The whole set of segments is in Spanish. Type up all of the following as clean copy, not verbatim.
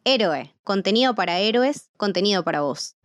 Héroe, contenido para héroes, contenido para vos.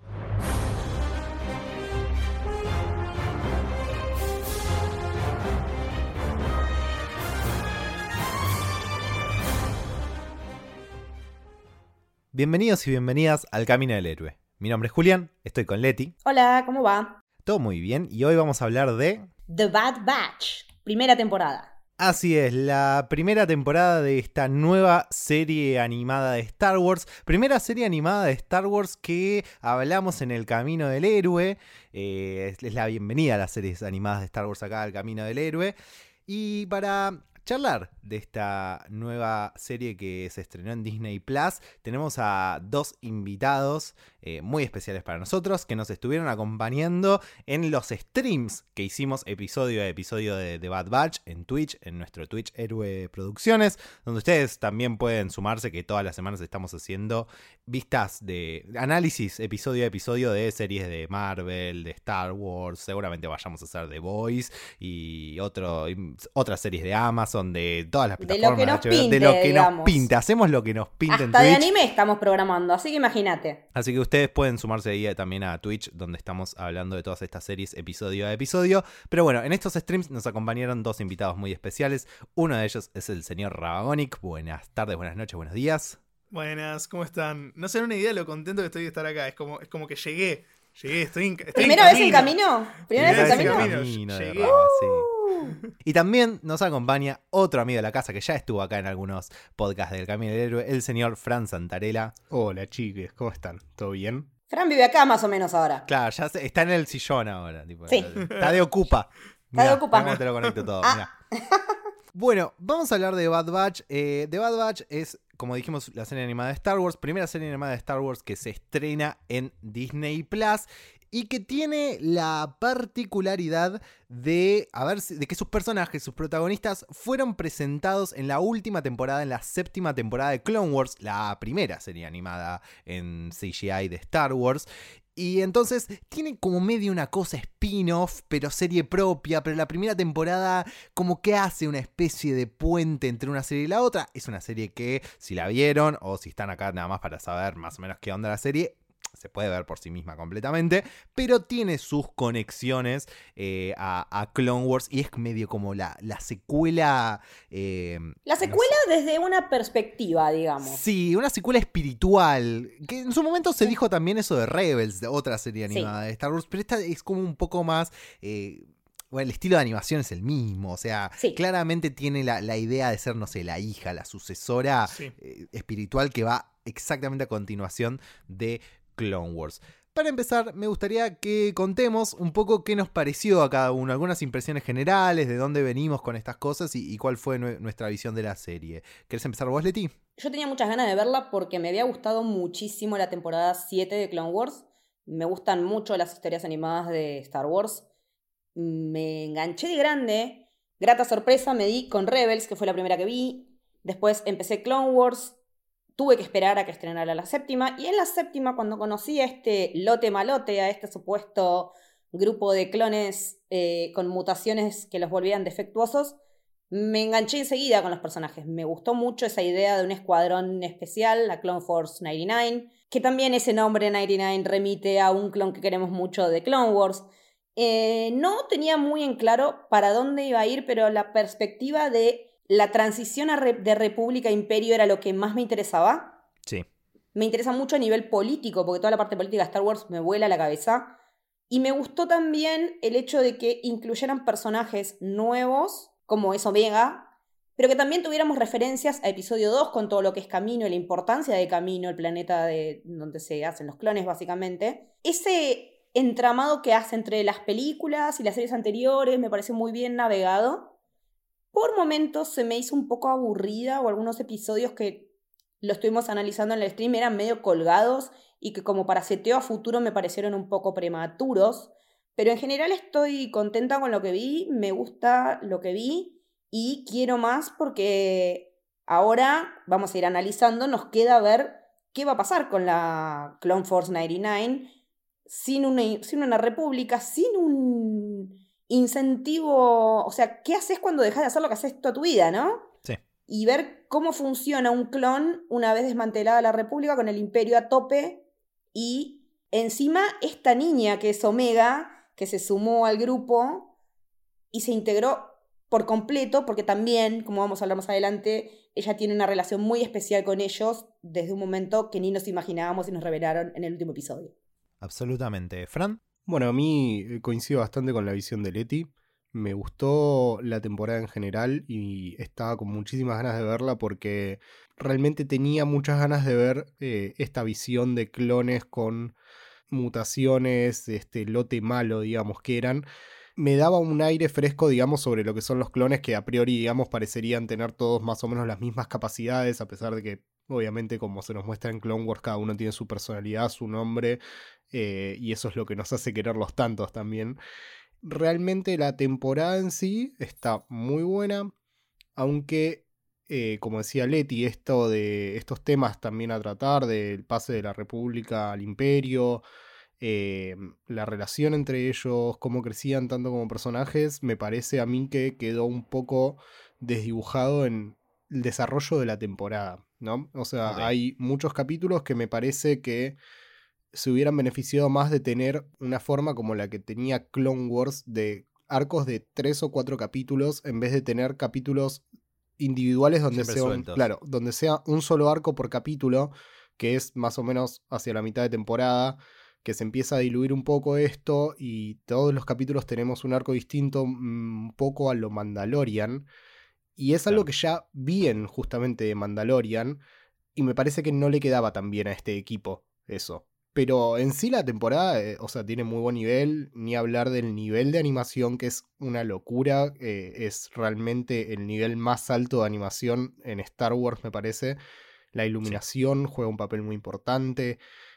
Bienvenidos y bienvenidas al Camino del Héroe. Mi nombre es Julián, estoy con Leti. Hola, ¿cómo va? Todo muy bien y hoy vamos a hablar de... The Bad Batch, primera temporada. Así es, la primera temporada de esta nueva serie animada de Star Wars. Primera serie animada de Star Wars que hablamos en el Camino del Héroe. Es la bienvenida a las series animadas de Star Wars acá al Camino del Héroe. Y para charlar de esta nueva serie que se estrenó en Disney Plus, tenemos a dos invitados muy especiales para nosotros que nos estuvieron acompañando en los streams que hicimos episodio a episodio de The Bad Batch en Twitch, en nuestro Twitch Héroe Producciones, donde ustedes también pueden sumarse, que todas las semanas estamos haciendo vistas de análisis episodio a episodio de series de Marvel, de Star Wars. Seguramente vayamos a hacer The Voice y otras series de Amazon, de todas las plataformas de lo que nos HBO, pinte, de lo que digamos. nos pinte, hacemos lo que nos pinte en Hasta de Twitch. anime estamos programando, así que imagínate. Así que ustedes pueden sumarse ahí también a Twitch, donde estamos hablando de todas estas series episodio a episodio. Pero bueno, en estos streams nos acompañaron dos invitados muy especiales. Uno de ellos es el señor Rabagonic. Buenas tardes, buenas noches, buenos días. Buenas, ¿cómo están? No se dan una idea de lo contento que estoy de estar acá. Es como que llegué, estoy ¿Primera vez en camino? ¿Primera vez en camino? Llegué. Sí. Y también nos acompaña otro amigo de la casa que ya estuvo acá en algunos podcasts del Camino del Héroe, el señor Fran Santarella. Hola chiques, ¿cómo están? ¿Todo bien? Fran vive acá más o menos ahora. Claro, ya está en el sillón ahora. Tipo, Sí. Está de ocupa. Está de ocupa. Mirá cómo te lo conecto todo. Mirá. Bueno, vamos a hablar de Bad Batch. The Bad Batch es, como dijimos, la serie animada de Star Wars. Primera serie animada de Star Wars que se estrena en Disney Plus. Y que tiene la particularidad de que sus personajes, sus protagonistas, fueron presentados en la última temporada, en la 7ª temporada de Clone Wars, la primera serie animada en CGI de Star Wars. Y entonces tiene como medio una cosa spin-off, pero serie propia. Pero la primera temporada como que hace una especie de puente entre una serie y la otra. Es una serie que, si la vieron o si están acá nada más para saber más o menos qué onda la serie, se puede ver por sí misma completamente, pero tiene sus conexiones a Clone Wars y es medio como la secuela... La secuela desde una perspectiva, digamos. Sí, una secuela espiritual, que en su momento se dijo también eso de Rebels, de otra serie animada de Star Wars, pero esta es como un poco más... Bueno, el estilo de animación es el mismo, o sea, claramente tiene la idea de ser, no sé, la hija, la sucesora espiritual que va exactamente a continuación de Clone Wars. Para empezar, me gustaría que contemos un poco qué nos pareció a cada uno, algunas impresiones generales, de dónde venimos con estas cosas y cuál fue nuestra visión de la serie. ¿Querés empezar vos, Leti? Yo tenía muchas ganas de verla porque me había gustado muchísimo la temporada 7 de Clone Wars. Me gustan mucho las historias animadas de Star Wars. Me enganché de grande. Grata sorpresa me di con Rebels, que fue la primera que vi. Después empecé Clone Wars. Tuve que esperar a que estrenara la 7ª. Y en la 7ª, cuando conocí a este lote malote, a este supuesto grupo de clones con mutaciones que los volvían defectuosos, me enganché enseguida con los personajes. Me gustó mucho esa idea de un escuadrón especial, la Clone Force 99, que también ese nombre 99 remite a un clon que queremos mucho de Clone Wars. No tenía muy en claro para dónde iba a ir, pero la perspectiva de la transición de República a Imperio era lo que más me interesaba. Sí. Me interesa mucho a nivel político, porque toda la parte política de Star Wars me vuela la cabeza. Y me gustó también el hecho de que incluyeran personajes nuevos, como es Omega, pero que también tuviéramos referencias a episodio 2 con todo lo que es Camino y la importancia de Camino, el planeta donde se hacen los clones, básicamente. Ese entramado que hace entre las películas y las series anteriores me parece muy bien navegado. Por momentos se me hizo un poco aburrida, o algunos episodios que lo estuvimos analizando en el stream eran medio colgados y que como para seteo a futuro me parecieron un poco prematuros. Pero en general estoy contenta con lo que vi, me gusta lo que vi y quiero más porque ahora vamos a ir analizando, nos queda ver qué va a pasar con la Clone Force 99 sin una república, sin un incentivo, o sea, ¿qué haces cuando dejas de hacer lo que haces toda tu vida, no? Sí. y ver cómo funciona un clon una vez desmantelada la República con el Imperio a tope y encima esta niña que es Omega, que se sumó al grupo y se integró por completo, porque también, como vamos a hablar más adelante, ella tiene una relación muy especial con ellos desde un momento que ni nos imaginábamos y nos revelaron en el último episodio. Absolutamente. ¿Fran? Bueno, a mí coincido bastante con la visión de Leti. Me gustó la temporada en general y estaba con muchísimas ganas de verla porque realmente tenía muchas ganas de ver esta visión de clones con mutaciones, lote malo, digamos, que eran. Me daba un aire fresco, digamos, sobre lo que son los clones que a priori, digamos, parecerían tener todos más o menos las mismas capacidades, a pesar de que, obviamente, como se nos muestra en Clone Wars, cada uno tiene su personalidad, su nombre, y eso es lo que nos hace quererlos tantos también. Realmente la temporada en sí está muy buena, aunque, como decía Leti, estos temas también a tratar, del pase de la República al Imperio, la relación entre ellos, cómo crecían tanto como personajes, me parece a mí que quedó un poco desdibujado en el desarrollo de la temporada, ¿no? O sea, Ok. hay muchos capítulos que me parece que se hubieran beneficiado más de tener una forma como la que tenía Clone Wars, de arcos de 3 o 4 capítulos, en vez de tener capítulos individuales donde Siempre sea sueltos. claro, donde sea un solo arco por capítulo, que es más o menos hacia la mitad de temporada, que se empieza a diluir un poco esto y todos los capítulos tenemos un arco distinto, un poco a lo Mandalorian, y es algo Claro. que ya vi en justamente de Mandalorian y me parece que no le quedaba tan bien a este equipo eso. Pero en sí la temporada, o sea, tiene muy buen nivel, ni hablar del nivel de animación, que es una locura, es realmente el nivel más alto de animación en Star Wars, me parece. La iluminación juega un papel muy importante,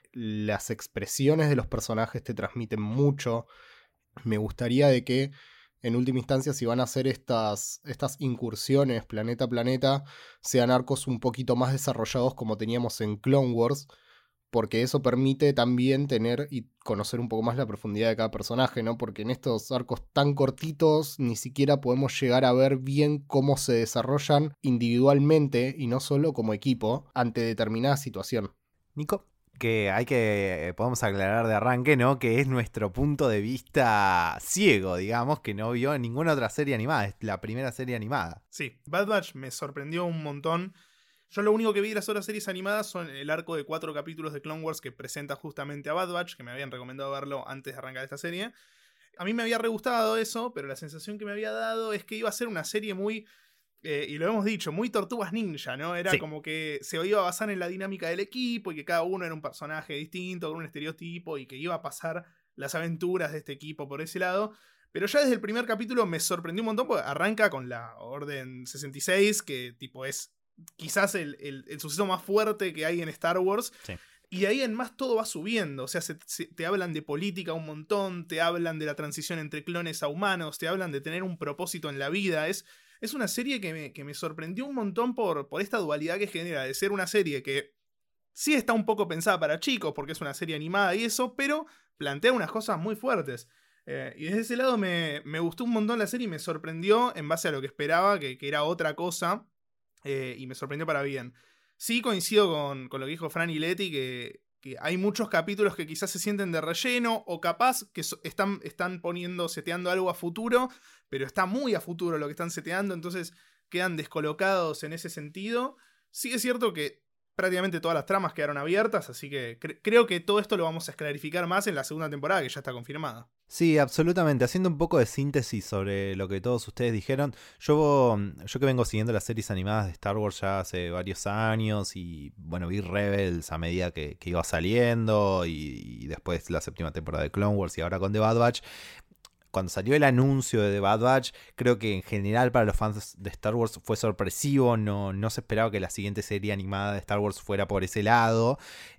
las expresiones de los personajes te transmiten mucho. Me gustaría de que, en última instancia, si van a hacer estas incursiones planeta a planeta, sean arcos un poquito más desarrollados como teníamos en Clone Wars, porque eso permite también tener y conocer un poco más la profundidad de cada personaje, ¿no? Porque en estos arcos tan cortitos ni siquiera podemos llegar a ver bien cómo se desarrollan individualmente y no solo como equipo ante determinada situación. Nico, que podemos aclarar de arranque, ¿no? Que es nuestro punto de vista ciego, digamos, que no vio ninguna otra serie animada. Es la primera serie animada. Sí, Bad Batch me sorprendió un montón. Yo lo único que vi de las otras series animadas son el arco de 4 capítulos de Clone Wars que presenta justamente a Bad Batch, que me habían recomendado verlo antes de arrancar esta serie. A mí me había re gustado eso, pero la sensación que me había dado es que iba a ser una serie muy, y lo hemos dicho, muy Tortugas Ninja, ¿no? Era Sí. como que se iba a basar en la dinámica del equipo y que cada uno era un personaje distinto, con un estereotipo, y que iba a pasar las aventuras de este equipo por ese lado. Pero ya desde el primer capítulo me sorprendió un montón porque arranca con la Orden 66, que tipo es quizás el suceso más fuerte que hay en Star Wars. Sí. Y de ahí en más todo va subiendo. O sea, te hablan de política un montón, te hablan de la transición entre clones a humanos, te hablan de tener un propósito en la vida. Es una serie que me sorprendió un montón por esta dualidad que genera, de ser una serie que sí está un poco pensada para chicos, porque es una serie animada y eso, pero plantea unas cosas muy fuertes. Y desde ese lado me gustó un montón la serie y me sorprendió en base a lo que esperaba, que era otra cosa, y me sorprendió para bien. Sí coincido con lo que dijo Fran y Leti, que hay muchos capítulos que quizás se sienten de relleno, o capaz que están seteando algo a futuro, pero está muy a futuro lo que están seteando, entonces quedan descolocados en ese sentido. Sí es cierto que prácticamente todas las tramas quedaron abiertas, así que creo que todo esto lo vamos a esclarificar más en la segunda temporada, que ya está confirmada. Sí, absolutamente. Haciendo un poco de síntesis sobre lo que todos ustedes dijeron, yo que vengo siguiendo las series animadas de Star Wars ya hace varios años y bueno, vi Rebels a medida que iba saliendo y después la séptima temporada de Clone Wars y ahora con The Bad Batch. Cuando salió el anuncio de The Bad Batch, creo que en general para los fans de Star Wars fue sorpresivo, no se esperaba que la siguiente serie animada de Star Wars fuera por ese lado.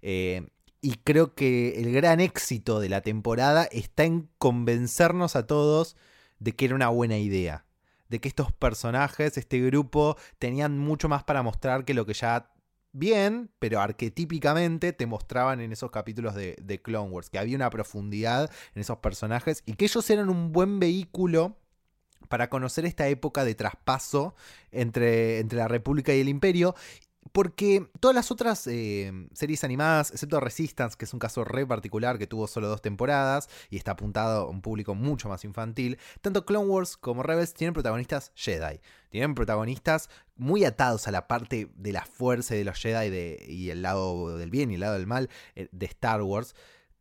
Y creo que el gran éxito de la temporada está en convencernos a todos de que era una buena idea. De que estos personajes, este grupo, tenían mucho más para mostrar que lo que ya bien, pero arquetípicamente te mostraban en esos capítulos de Clone Wars. Que había una profundidad en esos personajes y que ellos eran un buen vehículo para conocer esta época de traspaso entre la República y el Imperio. Porque todas las otras series animadas, excepto Resistance, que es un caso re particular que tuvo solo 2 temporadas y está apuntado a un público mucho más infantil, tanto Clone Wars como Rebels tienen protagonistas Jedi. Tienen protagonistas muy atados a la parte de la fuerza y de los Jedi y el lado del bien y el lado del mal de Star Wars.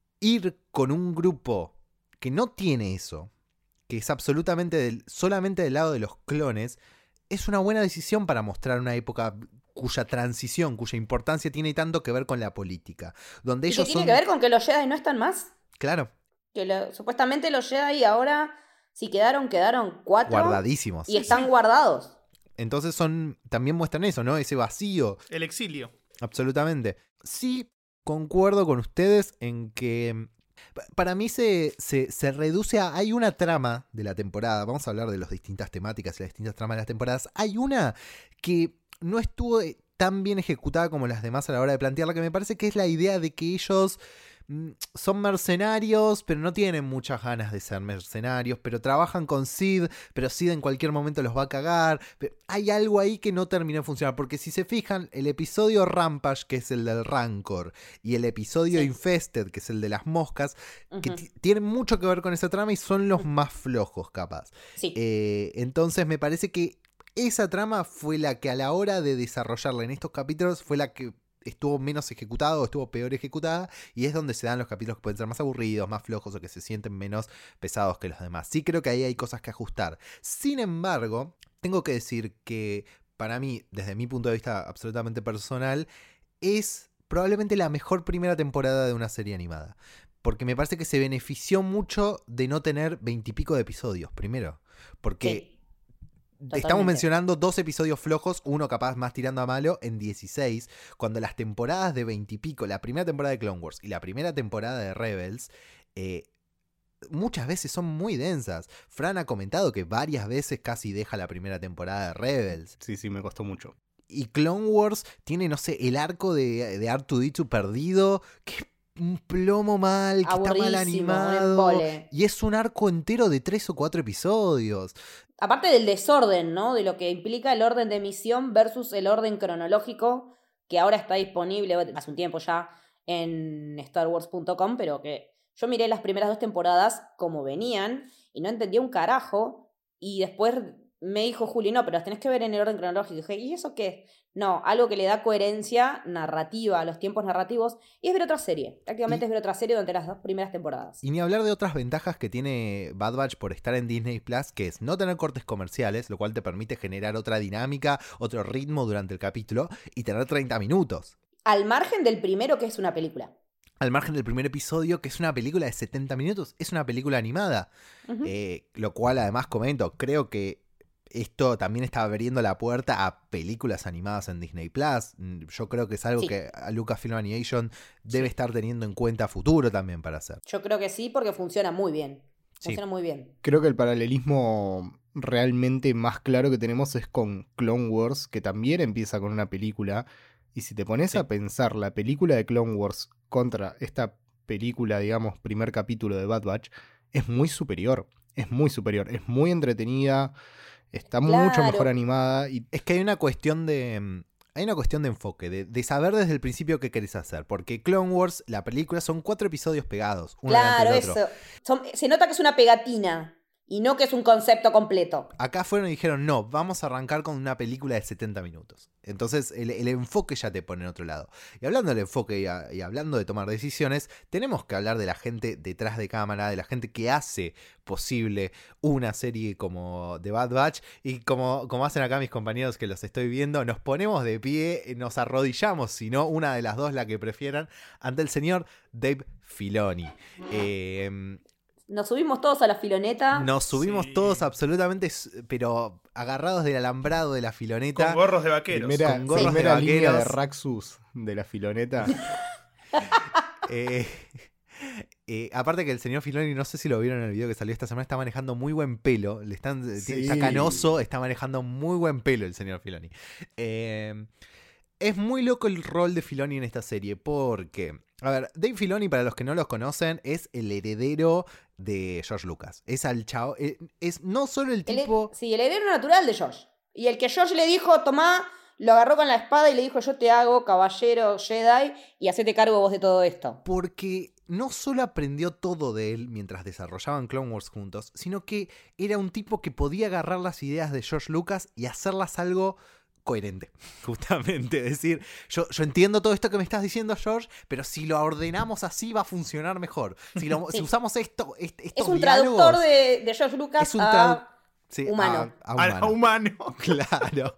Ir con un grupo que no tiene eso, que es absolutamente solamente del lado de los clones, es una buena decisión para mostrar una época cuya transición, cuya importancia tiene tanto que ver con la política. Donde y ellos que tiene que ver con que los Jedi no están más. Claro. Que supuestamente los Jedi ahora, si quedaron 4. Guardadísimos. Y están guardados. Entonces también muestran eso, ¿no? Ese vacío. El exilio. Absolutamente. Sí, concuerdo con ustedes en que para mí se reduce a... Hay una trama de la temporada, vamos a hablar de las distintas temáticas y las distintas tramas de las temporadas. Hay una que no estuvo tan bien ejecutada como las demás a la hora de plantearla, que me parece que es la idea de que ellos son mercenarios, pero no tienen muchas ganas de ser mercenarios, pero trabajan con Sid, pero Sid en cualquier momento los va a cagar. Pero hay algo ahí que no terminó de funcionar, porque si se fijan, el episodio Rampage, que es el del Rancor, y el episodio Infested, que es el de las moscas, que tienen mucho que ver con esa trama y son los más flojos, capaz. Sí. Entonces me parece que esa trama fue la que a la hora de desarrollarla en estos capítulos fue la que estuvo menos ejecutada o estuvo peor ejecutada, y es donde se dan los capítulos que pueden ser más aburridos, más flojos o que se sienten menos pesados que los demás. Sí creo que ahí hay cosas que ajustar. Sin embargo, tengo que decir que para mí, desde mi punto de vista absolutamente personal, es probablemente la mejor primera temporada de una serie animada. Porque me parece que se benefició mucho de no tener 20 y pico de episodios, primero. Porque... Sí. Estamos mencionando 2 episodios flojos, uno capaz más tirando a malo, en 16, cuando las temporadas de 20 y pico, la primera temporada de Clone Wars y la primera temporada de Rebels, muchas veces son muy densas. Fran ha comentado que varias veces casi deja la primera temporada de Rebels. Sí, me costó mucho. Y Clone Wars tiene, no sé, el arco de R2-D2 perdido, que es un plomo mal, que está mal animado. Y es un arco entero de 3 o 4 episodios. Aparte del desorden, ¿no? De lo que implica el orden de emisión versus el orden cronológico, que ahora está disponible hace un tiempo ya en StarWars.com, pero que yo miré las primeras 2 temporadas como venían y no entendía un carajo. Y después me dijo Juli, no, pero las tenés que ver en el orden cronológico. Y dije, ¿y eso qué? No, algo que le da coherencia narrativa a los tiempos narrativos. Y es ver otra serie. Prácticamente es ver otra serie durante las 2 primeras temporadas. Y ni hablar de otras ventajas que tiene Bad Batch por estar en Disney Plus, que es no tener cortes comerciales, lo cual te permite generar otra dinámica, otro ritmo durante el capítulo y tener 30 minutos. Al margen del primero, que es una película. Al margen del primer episodio, que es una película de 70 minutos, es una película animada. Lo cual además comento, creo que esto también está abriendo la puerta a películas animadas en Disney Plus. Yo creo que es algo que a Lucasfilm Animation debe estar teniendo en cuenta a futuro también para hacer. Yo creo que sí, porque funciona muy bien. Funciona muy bien. Creo que el paralelismo realmente más claro que tenemos es con Clone Wars, que también empieza con una película. Y si te pones a pensar la película de Clone Wars contra esta película, digamos, primer capítulo de Bad Batch, es muy superior. Es muy entretenida. Está mucho mejor animada. Y es que hay una cuestión de enfoque, de saber desde el principio qué querés hacer. Porque Clone Wars, la película, son 4 episodios pegados. Uno delante del otro. Se nota que es una pegatina y no que es un concepto completo. Acá fueron y dijeron, no, vamos a arrancar con una película de 70 minutos. Entonces el enfoque ya te pone en otro lado. Y hablando del enfoque y hablando de tomar decisiones, tenemos que hablar de la gente detrás de cámara, de la gente que hace posible una serie como The Bad Batch. Y como hacen acá mis compañeros que los estoy viendo, nos ponemos de pie, nos arrodillamos, si no una de las dos, la que prefieran, ante el señor Dave Filoni. Nos subimos todos a la filoneta. Nos subimos todos absolutamente, pero agarrados del alambrado de la filoneta. Con gorros de vaqueros. Primera línea de Raxus de la filoneta. Aparte que el señor Filoni, no sé si lo vieron en el video que salió esta semana, está manejando muy buen pelo. Está canoso, está manejando muy buen pelo el señor Filoni. Es muy loco el rol de Filoni en esta serie porque, a ver, Dave Filoni, para los que no los conocen, es el heredero de George Lucas. Es al chavo, es no solo el tipo... Sí, el heredero natural de George. Y el que George le dijo, tomá, lo agarró con la espada y le dijo, yo te hago caballero Jedi y hacete cargo vos de todo esto. Porque no solo aprendió todo de él mientras desarrollaban Clone Wars juntos, sino que era un tipo que podía agarrar las ideas de George Lucas y hacerlas algo coherente, justamente. Es decir, yo entiendo todo esto que me estás diciendo, George, pero si lo ordenamos así va a funcionar mejor. Si Sí. usamos estos Es un diálogos, traductor de George Lucas es un a sí, humano. A humano. Claro.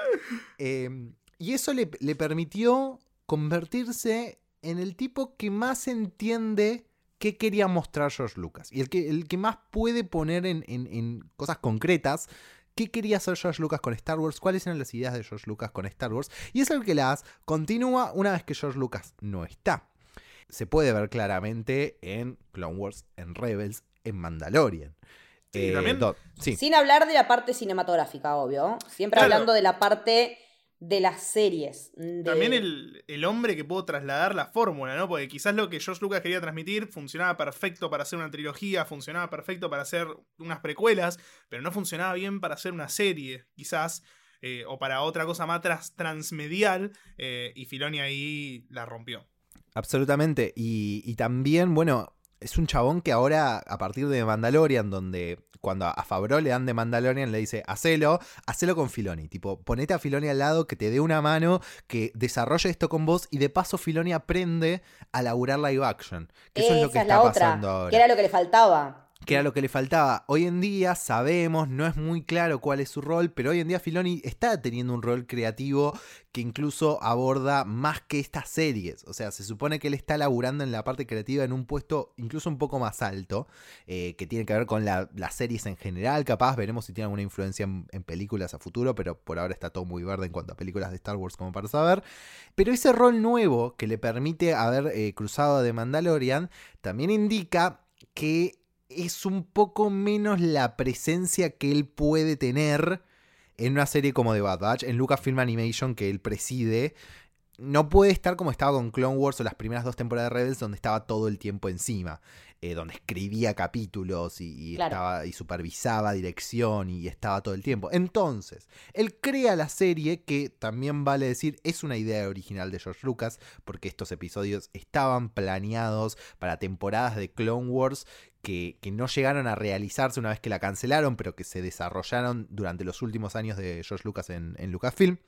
Y eso le permitió convertirse en el tipo que más entiende qué quería mostrar George Lucas. Y el que más puede poner en cosas concretas qué quería hacer George Lucas con Star Wars, cuáles eran las ideas de George Lucas con Star Wars. Y es el que las continúa una vez que George Lucas no está. Se puede ver claramente en Clone Wars, en Rebels, en Mandalorian. Sí, también. Sí. Sin hablar de la parte cinematográfica, obvio. Siempre Claro. hablando de la parte de las series. También el hombre que pudo trasladar la fórmula, ¿no? Porque quizás lo que George Lucas quería transmitir funcionaba perfecto para hacer una trilogía, funcionaba perfecto para hacer unas precuelas, pero no funcionaba bien para hacer una serie, quizás, o para otra cosa más transmedial, y Filoni ahí la rompió. Absolutamente. Y también, bueno, es un chabón que ahora, a partir de Mandalorian, donde cuando a Favreau le dan de Mandalorian, le dice, hacelo con Filoni. Tipo, ponete a Filoni al lado, que te dé una mano, que desarrolle esto con vos, y de paso Filoni aprende a laburar live action. Que eso es lo que está pasando ahora. Que era lo que le faltaba. Que era lo que le faltaba. Hoy en día sabemos, no es muy claro cuál es su rol, pero hoy en día Filoni está teniendo un rol creativo que incluso aborda más que estas series. O sea, se supone que él está laburando en la parte creativa en un puesto incluso un poco más alto, que tiene que ver con las series en general. Capaz veremos si tiene alguna influencia en películas a futuro, pero por ahora está todo muy verde en cuanto a películas de Star Wars como para saber. Pero ese rol nuevo que le permite haber cruzado de Mandalorian también indica que es un poco menos la presencia que él puede tener en una serie como The Bad Batch, en Lucasfilm Animation que él preside. No puede estar como estaba con Clone Wars o las primeras 2 temporadas de Rebels, donde estaba todo el tiempo encima, donde escribía capítulos y Claro. estaba y supervisaba dirección y estaba todo el tiempo. Entonces, él crea la serie, que también vale decir es una idea original de George Lucas, porque estos episodios estaban planeados para temporadas de Clone Wars que no llegaron a realizarse una vez que la cancelaron, pero que se desarrollaron durante los últimos años de George Lucas en Lucasfilm.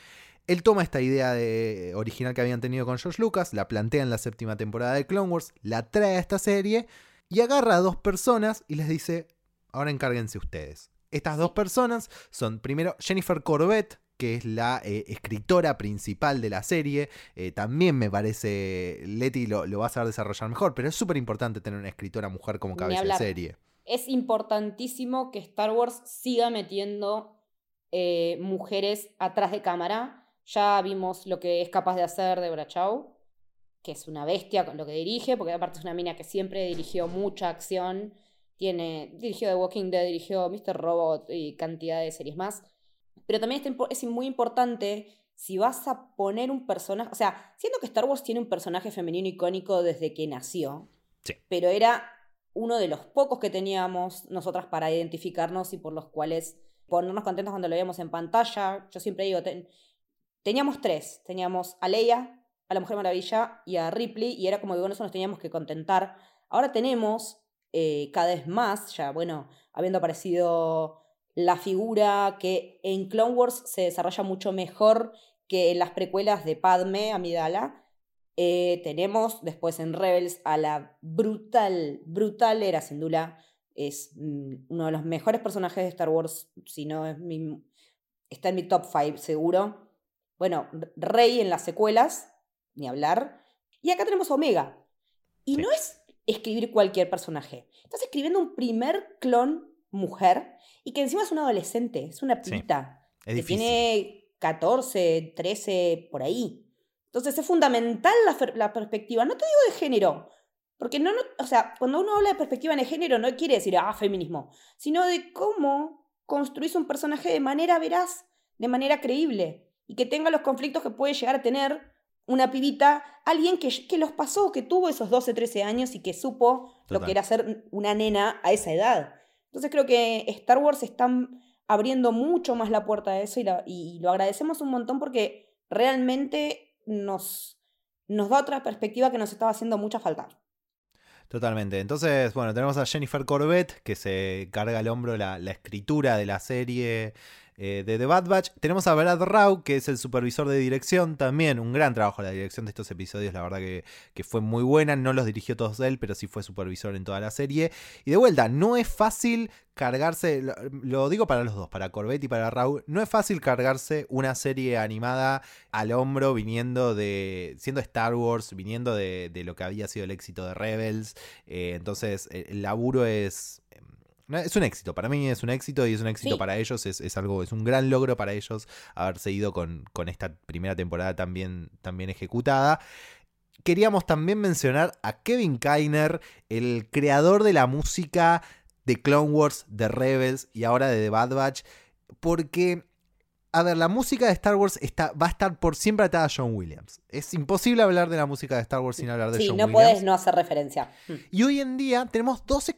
Él toma esta idea original que habían tenido con George Lucas, la plantea en la 7ª temporada de Clone Wars, la trae a esta serie y agarra a 2 personas y les dice, ahora encárguense ustedes. Estas 2 personas son, primero, Jennifer Corbett, que es la escritora principal de la serie. También me parece, Leti lo va a saber desarrollar mejor, pero es súper importante tener una escritora mujer como Ni cabeza de hablar. serie. Es importantísimo que Star Wars siga metiendo mujeres atrás de cámara. Ya vimos lo que es capaz de hacer Deborah Chow, que es una bestia con lo que dirige, porque aparte es una mina que siempre dirigió mucha acción. Dirigió The Walking Dead, dirigió Mr. Robot y cantidad de series más. Pero también es muy importante si vas a poner un personaje. O sea, siento que Star Wars tiene un personaje femenino icónico desde que nació. Sí. Pero era uno de los pocos que teníamos nosotras para identificarnos y por los cuales ponernos contentos cuando lo veíamos en pantalla. Yo siempre digo, teníamos 3. Teníamos a Leia, a la Mujer Maravilla y a Ripley, y era como que con eso nos teníamos que contentar. Ahora tenemos cada vez más, ya bueno, habiendo aparecido la figura que en Clone Wars se desarrolla mucho mejor que en las precuelas de Padme Amidala. Tenemos después en Rebels a la brutal Hera Syndulla. Es uno de los mejores personajes de Star Wars, si no está en mi top 5 seguro. Bueno, Rey en las secuelas, ni hablar. Y acá tenemos a Omega. Y Sí. no es escribir cualquier personaje. Estás escribiendo un primer clon mujer y que encima es una adolescente, es una Sí, pibita. es que difícil. tiene 14, 13, por ahí. Entonces es fundamental la perspectiva. No te digo de género, porque o sea, cuando uno habla de perspectiva de género no quiere decir, feminismo, sino de cómo construís un personaje de manera veraz, de manera creíble. y que tenga los conflictos que puede llegar a tener una pibita, alguien que los pasó, que tuvo esos 12, 13 años y que supo lo que era ser una nena a esa edad. Entonces creo que Star Wars está abriendo mucho más la puerta a eso y lo agradecemos un montón porque realmente nos da otra perspectiva que nos estaba haciendo mucha falta. Totalmente. Entonces, bueno, tenemos a Jennifer Corbett, que se carga al hombro la escritura de la serie de The Bad Batch. Tenemos a Brad Rau, que es el supervisor de dirección, también un gran trabajo la dirección de estos episodios, la verdad que fue muy buena, no los dirigió todos él, pero sí fue supervisor en toda la serie. Y de vuelta, no es fácil cargarse, lo digo para los dos, para Corbett y para Rau, no es fácil cargarse una serie animada al hombro siendo Star Wars, viniendo de lo que había sido el éxito de Rebels. Entonces el laburo es un éxito, para mí es un éxito y es un éxito para ellos, es un gran logro para ellos haber seguido con esta primera temporada tan bien ejecutada. Queríamos también mencionar a Kevin Kiner, el creador de la música de Clone Wars, de Rebels y ahora de The Bad Batch, porque, a ver, la música de Star Wars va a estar por siempre atada a John Williams. Es imposible hablar de la música de Star Wars sin hablar de John Williams. Sí, no podés no hacer referencia. Y hoy en día tenemos dos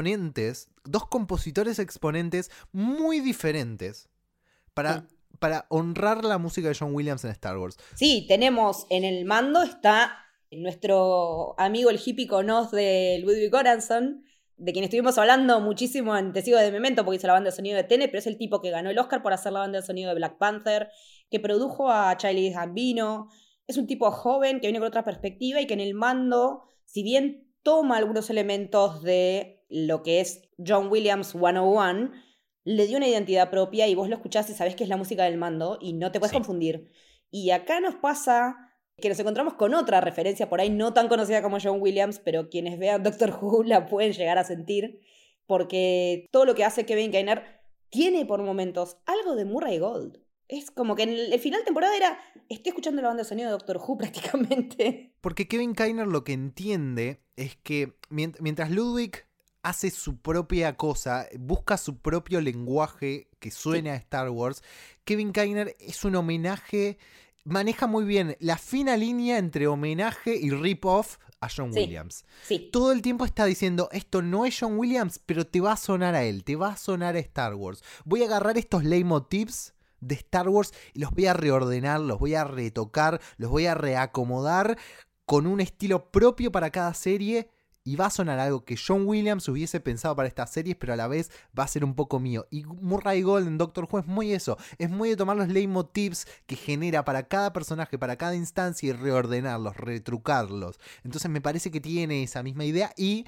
compositores exponentes muy diferentes para honrar la música de John Williams en Star Wars. Sí, tenemos en el mando está nuestro amigo el hippie conos de Ludwig Göransson, de quien estuvimos hablando muchísimo en Testigo de Memento, porque hizo la banda de sonido de Tenet, pero es el tipo que ganó el Oscar por hacer la banda de sonido de Black Panther, que produjo a Childish Gambino. Es un tipo joven que viene con otra perspectiva y que en el mando, si bien toma algunos elementos de lo que es John Williams 101, le dio una identidad propia y vos lo escuchás y sabés que es la música del mando y no te puedes confundir. Y acá nos pasa que nos encontramos con otra referencia por ahí no tan conocida como John Williams, pero quienes vean Doctor Who la pueden llegar a sentir, porque todo lo que hace Kevin Kiner tiene por momentos algo de Murray Gold. Es como que en el final de temporada estoy escuchando la banda de sonido de Doctor Who prácticamente. Porque Kevin Kiner lo que entiende es que mientras Ludwig hace su propia cosa, busca su propio lenguaje que suene a Star Wars, Kevin Kiner es un homenaje, maneja muy bien la fina línea entre homenaje y rip-off a John Williams. Sí. Todo el tiempo está diciendo, esto no es John Williams, pero te va a sonar a él, te va a sonar a Star Wars. Voy a agarrar estos leitmotivs de Star Wars y los voy a reordenar, los voy a retocar, los voy a reacomodar con un estilo propio para cada serie. Y va a sonar algo que John Williams hubiese pensado para estas series, pero a la vez va a ser un poco mío. Y Murray Gold en Doctor Who es muy eso. Es muy de tomar los leitmotivs que genera para cada personaje, para cada instancia y reordenarlos, retrucarlos. Entonces me parece que tiene esa misma idea y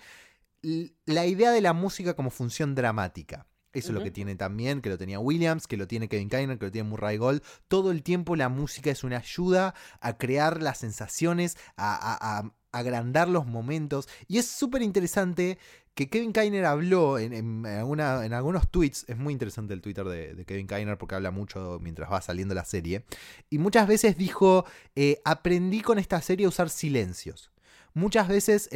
la idea de la música como función dramática. Eso es lo que tiene también, que lo tenía Williams, que lo tiene Kevin Kiner, que lo tiene Murray Gold. Todo el tiempo la música es una ayuda a crear las sensaciones, a agrandar los momentos. Y es súper interesante que Kevin Kiner habló en algunos tweets. Es muy interesante el Twitter de Kevin Kiner porque habla mucho mientras va saliendo la serie. Y muchas veces dijo, aprendí con esta serie a usar silencios. Muchas veces,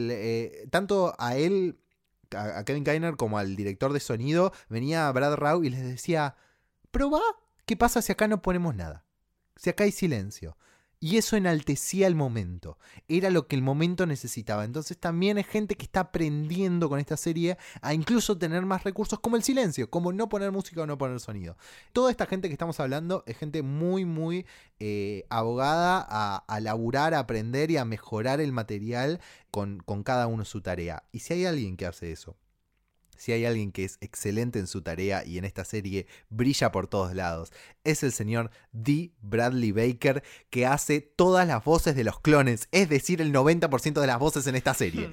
tanto a él, a Kevin Kiner, como al director de sonido, venía Brad Rau y les decía, probá, ¿qué pasa si acá no ponemos nada? Si acá hay silencio. Y eso enaltecía el momento. Era lo que el momento necesitaba. Entonces también hay gente que está aprendiendo con esta serie a incluso tener más recursos como el silencio, como no poner música o no poner sonido. Toda esta gente que estamos hablando es gente muy, muy abogada a laburar, a aprender y a mejorar el material con cada uno su tarea. Y si hay alguien que hace eso, si hay alguien que es excelente en su tarea y en esta serie brilla por todos lados, es el señor D. Bradley Baker, que hace todas las voces de los clones, es decir, el 90% de las voces en esta serie.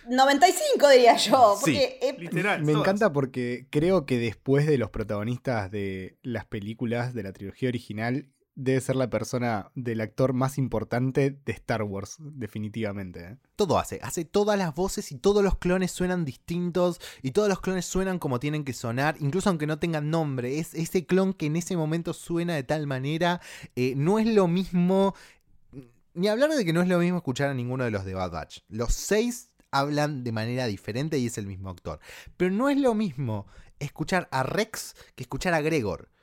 95 diría yo. Porque, sí, literal. Me encanta porque creo que después de los protagonistas de las películas de la trilogía original, debe ser la persona del actor más importante de Star Wars, definitivamente. Todo hace todas las voces y todos los clones suenan distintos y todos los clones suenan como tienen que sonar, incluso aunque no tengan nombre. Es ese clon que en ese momento suena de tal manera. No es lo mismo, ni hablar de que no es lo mismo escuchar a ninguno de los de Bad Batch. Los 6 hablan de manera diferente y es el mismo actor. Pero no es lo mismo escuchar a Rex que escuchar a Gregor.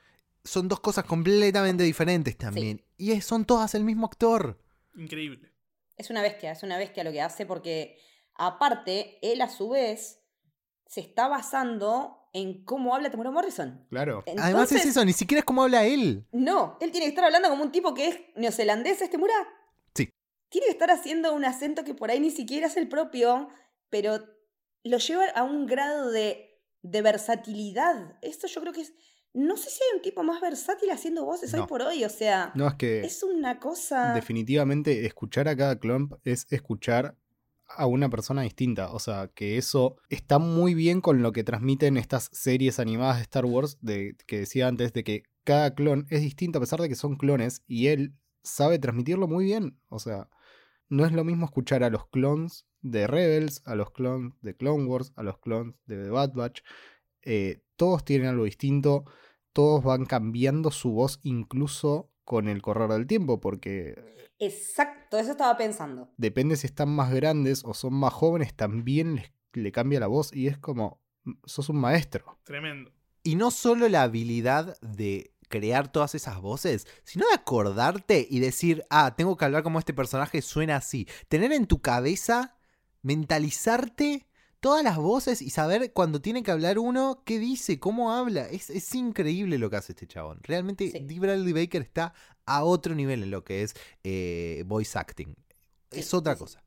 son dos cosas completamente diferentes también. Y son todas el mismo actor. Increíble. Es una bestia lo que hace porque, aparte, él a su vez se está basando en cómo habla Temuera Morrison. Claro. Entonces, Además es eso, ni siquiera es como habla él. No, él tiene que estar hablando como un tipo que es neozelandés, ¿es Temuera? Sí. Tiene que estar haciendo un acento que por ahí ni siquiera es el propio, pero lo lleva a un grado de versatilidad. Esto yo creo que es... No sé si hay un tipo más versátil haciendo voces hoy por hoy, o sea... No, es que es una cosa... definitivamente escuchar a cada clon es escuchar a una persona distinta. O sea, que eso está muy bien con lo que transmiten estas series animadas de Star Wars, que decía antes, de que cada clon es distinto a pesar de que son clones, y él sabe transmitirlo muy bien. O sea, no es lo mismo escuchar a los clones de Rebels, a los clones de Clone Wars, a los clones de The Bad Batch. Todos tienen algo distinto, todos van cambiando su voz incluso con el correr del tiempo, porque... Exacto, eso estaba pensando. Depende si están más grandes o son más jóvenes, también le cambia la voz y es como, sos un maestro. Tremendo. Y no solo la habilidad de crear todas esas voces, sino de acordarte y decir, tengo que hablar como este personaje, suena así. Tener en tu cabeza, mentalizarte todas las voces y saber cuando tiene que hablar uno, qué dice, cómo habla. Es increíble lo que hace este chabón. Realmente Dee Bradley Baker está a otro nivel en lo que es voice acting. Es otra cosa.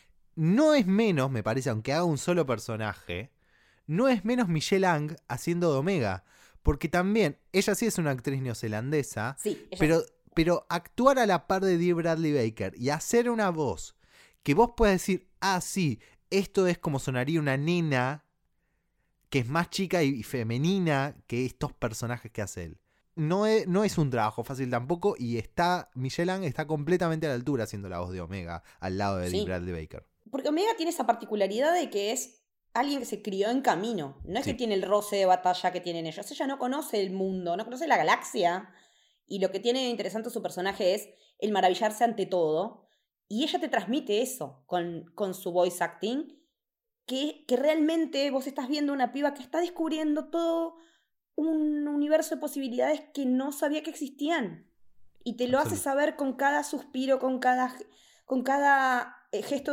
No es menos, me parece, aunque haga un solo personaje, no es menos Michelle Ang haciendo de Omega. Porque también, ella sí es una actriz neozelandesa, pero actuar a la par de Dee Bradley Baker y hacer una voz que vos puedas decir, sí, esto es como sonaría una nena que es más chica y femenina que estos personajes que hace él. No es un trabajo fácil tampoco, y Michelle Ang está completamente a la altura haciendo la voz de Omega al lado de Dee Bradley Baker. Porque Omega tiene esa particularidad de que es alguien que se crió en camino. No es que tiene el roce de batalla que tienen ellos. Ella no conoce el mundo, no conoce la galaxia. Y lo que tiene interesante su personaje es el maravillarse ante todo. Y ella te transmite eso con su voice acting. Que realmente vos estás viendo una piba que está descubriendo todo un universo de posibilidades que no sabía que existían. Y te lo hace saber con cada suspiro, con cada gesto,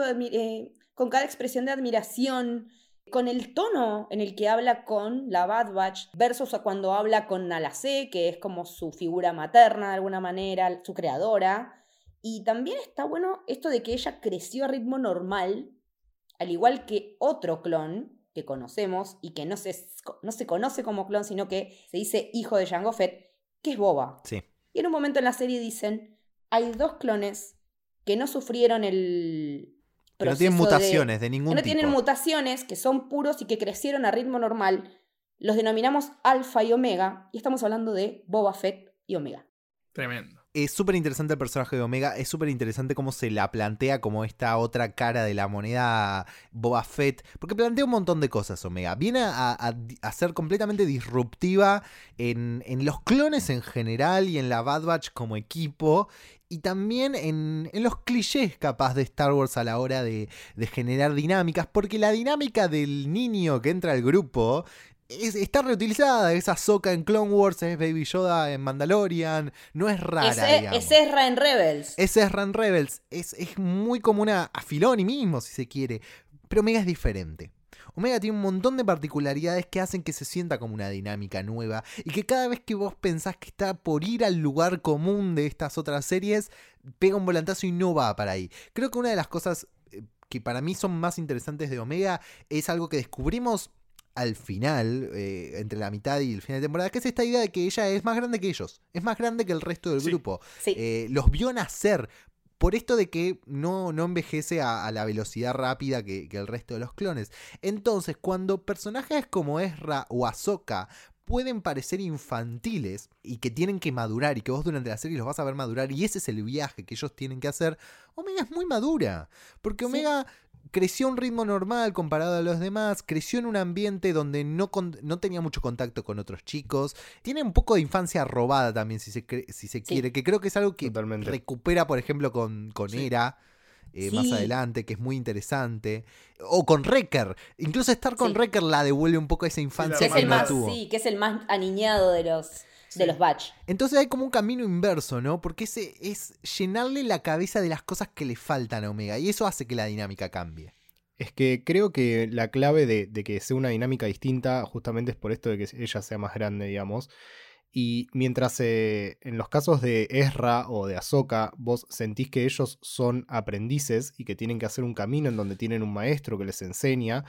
con cada expresión de admiración, con el tono en el que habla con la Bad Batch versus a cuando habla con Nala Se, que es como su figura materna de alguna manera, su creadora. Y también está bueno esto de que ella creció a ritmo normal, al igual que otro clon que conocemos y que no se conoce como clon, sino que se dice hijo de Jango Fett, que es Boba. Sí. Y en un momento en la serie dicen, hay 2 clones que no sufrieron el proceso que no tienen mutaciones de ningún tipo. Que no tienen mutaciones, que son puros y que crecieron a ritmo normal. Los denominamos Alfa y Omega, y estamos hablando de Boba Fett y Omega. Tremendo. Es súper interesante el personaje de Omega, es súper interesante cómo se la plantea como esta otra cara de la moneda Boba Fett, porque plantea un montón de cosas Omega. Viene a ser completamente disruptiva en los clones en general y en la Bad Batch como equipo, y también en los clichés capaz de Star Wars a la hora de generar dinámicas, porque la dinámica del niño que entra al grupo está reutilizada. Es Ahsoka en Clone Wars, es Baby Yoda en Mandalorian. No es rara, digamos. Es Ezra en Rebels. Es Ezra en Rebels. Es muy común a Filoni mismo, si se quiere. Pero Omega es diferente. Omega tiene un montón de particularidades que hacen que se sienta como una dinámica nueva, y que cada vez que vos pensás que está por ir al lugar común de estas otras series, pega un volantazo y no va para ahí. Creo que una de las cosas que para mí son más interesantes de Omega es algo que descubrimos al final, entre la mitad y el final de temporada, que es esta idea de que ella es más grande que ellos, es más grande que el resto del grupo. Los vio nacer, por esto de que no envejece a la velocidad rápida que el resto de los clones. Entonces, cuando personajes como Ezra o Ahsoka pueden parecer infantiles y que tienen que madurar, y que vos durante la serie los vas a ver madurar, y ese es el viaje que ellos tienen que hacer, Omega es muy madura, porque Omega creció a un ritmo normal comparado a los demás, creció en un ambiente donde no tenía mucho contacto con otros chicos, tiene un poco de infancia robada también, si se quiere, que creo que es algo que recupera, por ejemplo, con Hera, más adelante, que es muy interesante, o con Wrecker, incluso estar con Wrecker la devuelve un poco a esa infancia que no tuvo. Sí, que es el más aniñado de los de los Batch. Entonces hay como un camino inverso, ¿no? Porque ese es llenarle la cabeza de las cosas que le faltan a Omega. Y eso hace que la dinámica cambie. Es que creo que la clave de que sea una dinámica distinta justamente es por esto de que ella sea más grande, digamos. Y mientras en los casos de Ezra o de Ahsoka vos sentís que ellos son aprendices y que tienen que hacer un camino en donde tienen un maestro que les enseña,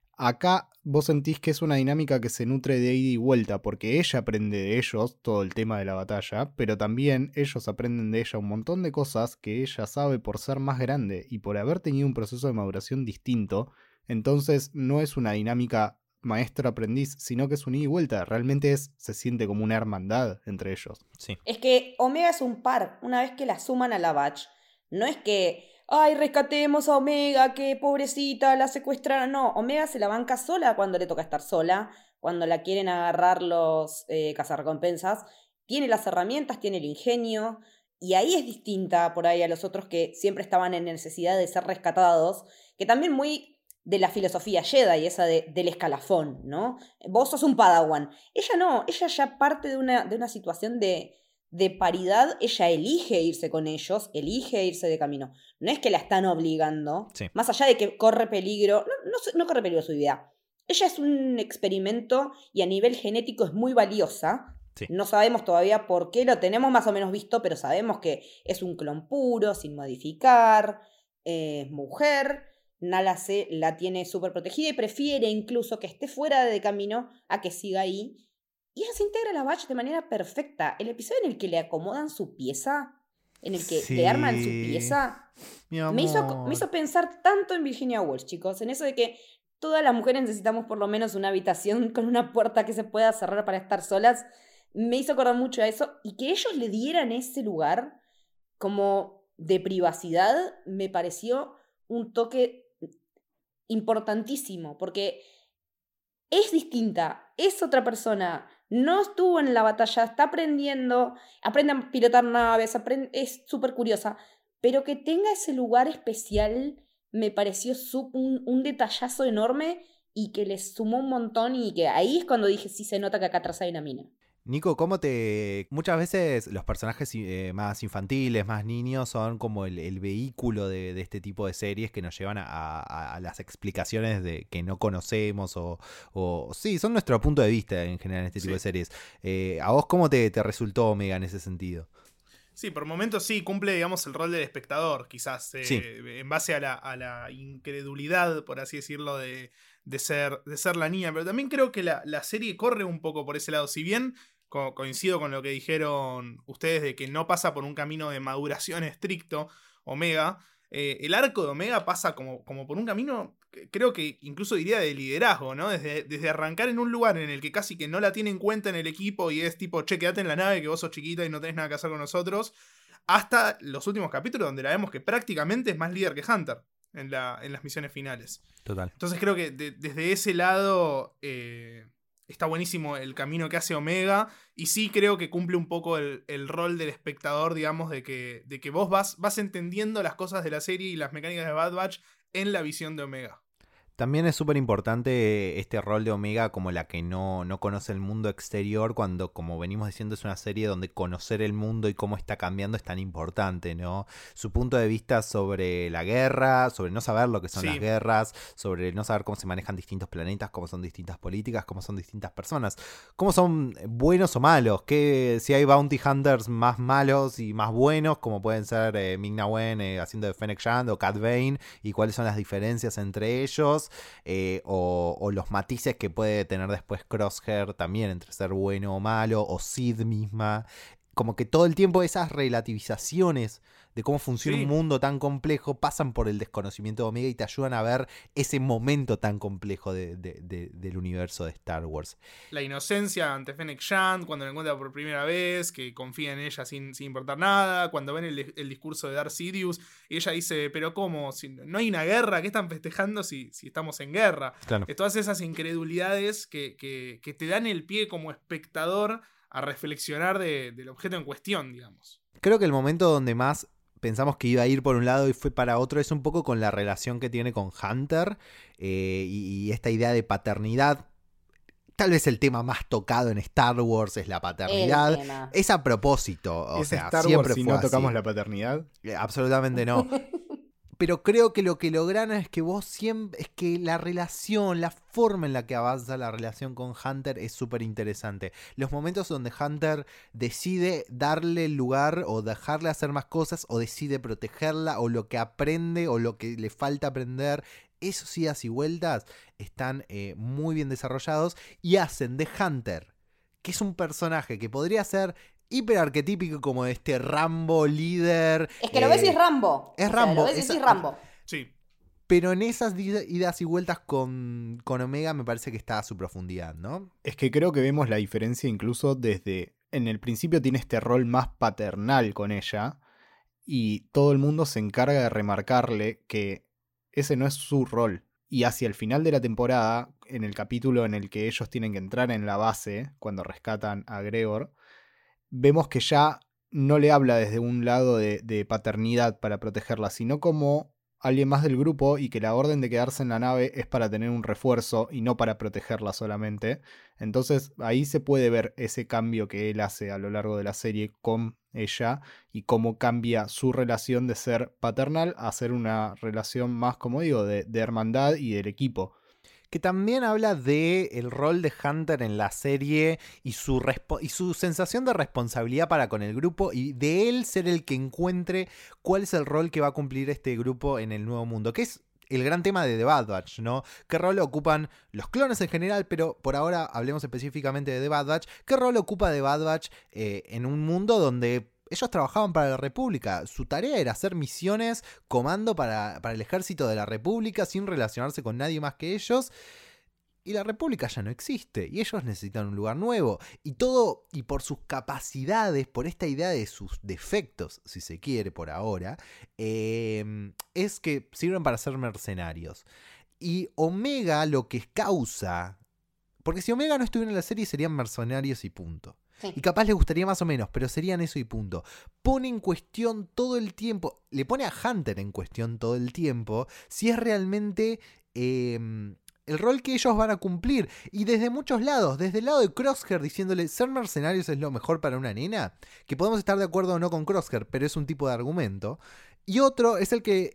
acá vos sentís que es una dinámica que se nutre de ida y vuelta, porque ella aprende de ellos todo el tema de la batalla, pero también ellos aprenden de ella un montón de cosas que ella sabe por ser más grande y por haber tenido un proceso de maduración distinto. Entonces no es una dinámica maestro-aprendiz, sino que es un ida y vuelta. Realmente se siente como una hermandad entre ellos. Sí. Es que Omega es un par. Una vez que la suman a la Batch, no es que, ay, rescatemos a Omega, que pobrecita, la secuestraron. No, Omega se la banca sola cuando le toca estar sola, cuando la quieren agarrar los cazarrecompensas. Tiene las herramientas, tiene el ingenio, y ahí es distinta por ahí a los otros que siempre estaban en necesidad de ser rescatados, que también muy de la filosofía Jedi, esa del escalafón, ¿no? Vos sos un Padawan. Ella no, ella ya parte de una situación de paridad, ella elige irse con ellos, elige irse de camino. No es que la están obligando, Sí. más allá de que corre peligro, no corre peligro su vida. Ella es un experimento y a nivel genético es muy valiosa. Sí. No sabemos todavía por qué, lo tenemos más o menos visto, pero sabemos que es un clon puro, sin modificar, es mujer. Nala se la tiene súper protegida y prefiere incluso que esté fuera de camino a que siga ahí. Y ella se integra a la Batch de manera perfecta. El episodio en el que le acomodan su pieza, en el que Sí. le arman su pieza, Mi me hizo amor. pensar tanto en Virginia Woolf, chicos. En eso de que todas las mujeres necesitamos por lo menos una habitación con una puerta que se pueda cerrar para estar solas. Me hizo acordar mucho a eso. Y que ellos le dieran ese lugar como de privacidad me pareció un toque importantísimo, porque es distinta, es otra persona, no estuvo en la batalla, está aprendiendo, aprende a pilotar naves, es súper curiosa, pero que tenga ese lugar especial me pareció un detallazo enorme y que le sumó un montón, y que ahí es cuando dije, sí se nota que acá atrás hay una mina. Nico, muchas veces los personajes más infantiles, más niños, son como el vehículo de este tipo de series que nos llevan a las explicaciones que no conocemos o sí, son nuestro punto de vista en general en este tipo de series. ¿A vos cómo te resultó Omega en ese sentido? Sí, por momentos sí, cumple, digamos, el rol del espectador, quizás, Sí. en base a la incredulidad, por así decirlo, de ser la niña. Pero también creo que la serie corre un poco por ese lado. Si bien coincido con lo que dijeron ustedes de que no pasa por un camino de maduración estricto, Omega, el arco de Omega pasa como por un camino, creo que incluso diría de liderazgo, ¿no? Desde arrancar en un lugar en el que casi que no la tiene en cuenta en el equipo y es tipo, che, quédate en la nave que vos sos chiquita y no tenés nada que hacer con nosotros, hasta los últimos capítulos donde la vemos que prácticamente es más líder que Hunter en las misiones finales. Total. Entonces creo que desde ese lado está buenísimo el camino que hace Omega, y sí creo que cumple un poco el rol del espectador, digamos, de que vos vas entendiendo las cosas de la serie y las mecánicas de Bad Batch en la visión de Omega. También es súper importante este rol de Omega como la que no conoce el mundo exterior, cuando, como venimos diciendo, es una serie donde conocer el mundo y cómo está cambiando es tan importante, ¿no? Su punto de vista sobre la guerra, sobre no saber lo que son las guerras, sobre no saber cómo se manejan distintos planetas, cómo son distintas políticas, cómo son distintas personas, cómo son buenos o malos, que si hay bounty hunters más malos y más buenos, como pueden ser Ming-Na Wen haciendo de Fennec Shand o Cad Bane, y cuáles son las diferencias entre ellos. O los matices que puede tener después Crosshair también entre ser bueno o malo, o Sid misma. Como que todo el tiempo esas relativizaciones de cómo funciona un mundo tan complejo pasan por el desconocimiento de Omega y te ayudan a ver ese momento tan complejo del universo de Star Wars. La inocencia ante Fennec Shand cuando la encuentra por primera vez, que confía en ella sin importar nada, cuando ven el discurso de Darth Sidious y ella dice, pero ¿cómo? Si no hay una guerra, ¿qué están festejando si estamos en guerra? Claro. Todas esas incredulidades que te dan el pie como espectador a reflexionar del objeto en cuestión, digamos. Creo que el momento donde más pensamos que iba a ir por un lado y fue para otro es un poco con la relación que tiene con Hunter y esta idea de paternidad tal vez el tema más tocado en Star Wars es la paternidad. El tema. Es a propósito, o ¿Es sea, Star siempre Wars si fue no así. tocamos la paternidad? Absolutamente no. Pero creo que lo que logran es que vos siempre. Es que la relación, la forma en la que avanza la relación con Hunter es súper interesante. Los momentos donde Hunter decide darle lugar o dejarle hacer más cosas, o decide protegerla, o lo que aprende, o lo que le falta aprender. Esos idas y vueltas están muy bien desarrollados y hacen de Hunter, que es un personaje que podría ser hiper arquetípico como este Rambo líder. Es que lo ves y es Rambo. Es O sea, Rambo. lo ves y sí es Rambo. Sí. Pero en esas idas y vueltas con Omega me parece que está a su profundidad, ¿no? Es que creo que vemos la diferencia incluso desde... En el principio tiene este rol más paternal con ella y todo el mundo se encarga de remarcarle que ese no es su rol. Y hacia el final de la temporada, en el capítulo en el que ellos tienen que entrar en la base, cuando rescatan a Gregor, vemos que ya no le habla desde un lado de paternidad para protegerla, sino como alguien más del grupo y que la orden de quedarse en la nave es para tener un refuerzo y no para protegerla solamente. Entonces ahí se puede ver ese cambio que él hace a lo largo de la serie con ella y cómo cambia su relación de ser paternal a ser una relación más, como digo, de hermandad y del equipo. Que también habla de el rol de Hunter en la serie y su sensación de responsabilidad para con el grupo y de él ser el que encuentre cuál es el rol que va a cumplir este grupo en el nuevo mundo, que es el gran tema de The Bad Batch, ¿no? ¿Qué rol ocupan los clones en general? Pero por ahora hablemos específicamente de The Bad Batch. ¿Qué rol ocupa The Bad Batch en un mundo donde ellos trabajaban para la República? Su tarea era hacer misiones, comando para el ejército de la República sin relacionarse con nadie más que ellos. Y la República ya no existe. Y ellos necesitan un lugar nuevo. Y todo, y por sus capacidades, por esta idea de sus defectos, si se quiere por ahora, es que sirven para ser mercenarios. Y Omega lo que causa... Porque si Omega no estuviera en la serie serían mercenarios y punto. Sí. Y capaz les gustaría más o menos, pero serían eso y punto. Pone en cuestión todo el tiempo, le pone a Hunter en cuestión todo el tiempo, si es realmente el rol que ellos van a cumplir. Y desde muchos lados, desde el lado de Crosshair diciéndole ser mercenarios es lo mejor para una nena, que podemos estar de acuerdo o no con Crosshair, pero es un tipo de argumento. Y otro es el que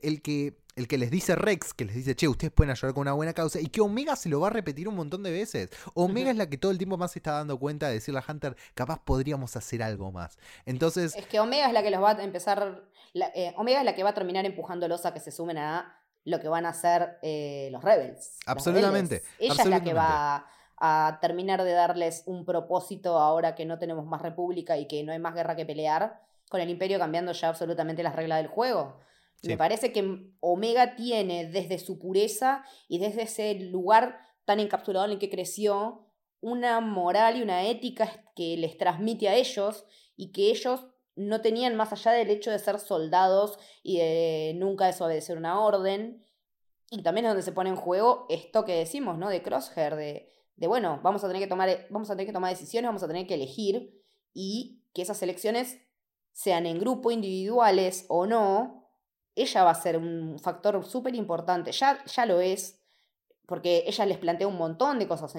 les dice Rex, que les dice, che, ustedes pueden ayudar con una buena causa, y que Omega se lo va a repetir un montón de veces. Omega es la que todo el tiempo más se está dando cuenta de decirle a Hunter, capaz podríamos hacer algo más. Entonces... Es que Omega es la que los va a empezar... Omega es la que va a terminar empujándolos a que se sumen a lo que van a hacer los Rebels. Absolutamente. Los rebeldes. Ella es la que va a terminar de darles un propósito ahora que no tenemos más república y que no hay más guerra que pelear, con el Imperio cambiando ya absolutamente las reglas del juego. Sí. Me parece que Omega tiene desde su pureza y desde ese lugar tan encapsulado en el que creció una moral y una ética que les transmite a ellos y que ellos no tenían más allá del hecho de ser soldados y de nunca desobedecer una orden. Y también es donde se pone en juego esto que decimos, ¿no? De Crosshair, de bueno, vamos a tener que tomar decisiones, vamos a tener que elegir, y que esas elecciones sean en grupo, individuales o no, ella va a ser un factor súper importante. Ya lo es, porque ella les plantea un montón de cosas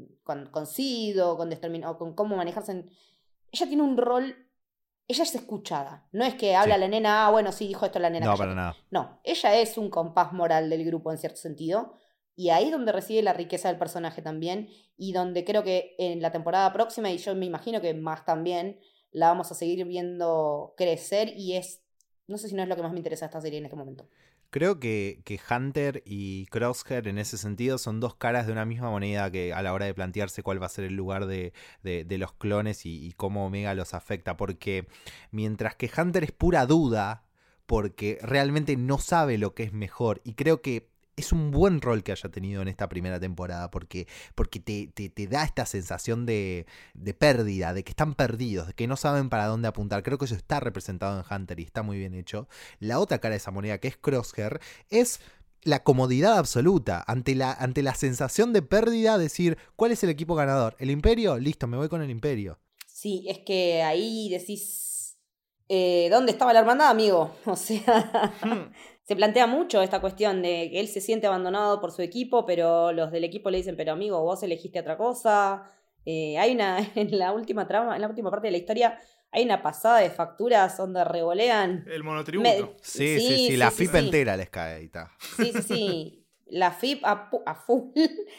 con Sido, con cómo manejarse. Ella tiene un rol, ella es escuchada. No es que habla la nena, bueno, sí, dijo esto la nena. No, cállate. para nada. No, ella es un compás moral del grupo en cierto sentido. Y ahí es donde recibe la riqueza del personaje también. Y donde creo que en la temporada próxima, y yo me imagino que más también, la vamos a seguir viendo crecer. Y no sé si no es lo que más me interesa de esta serie en este momento. Creo que Hunter y Crosshair en ese sentido son dos caras de una misma moneda, que a la hora de plantearse cuál va a ser el lugar de los clones y cómo Omega los afecta. Porque mientras que Hunter es pura duda, porque realmente no sabe lo que es mejor, y creo que es un buen rol que haya tenido en esta primera temporada, porque te da esta sensación de pérdida, de que están perdidos, de que no saben para dónde apuntar. Creo que eso está representado en Hunter y está muy bien hecho. La otra cara de esa moneda, que es Crosshair, es la comodidad absoluta. Ante la sensación de pérdida, decir, ¿cuál es el equipo ganador? ¿El Imperio? Listo, me voy con el Imperio. Sí, es que ahí decís, ¿dónde estaba la hermandad, amigo? O sea... se plantea mucho esta cuestión de que él se siente abandonado por su equipo, pero los del equipo le dicen, pero amigo, vos elegiste otra cosa. Hay una, en la última parte de la historia, hay una pasada de facturas donde revolean. El monotributo. Sí, la FIP entera les cae y está. Sí. La FIP a full.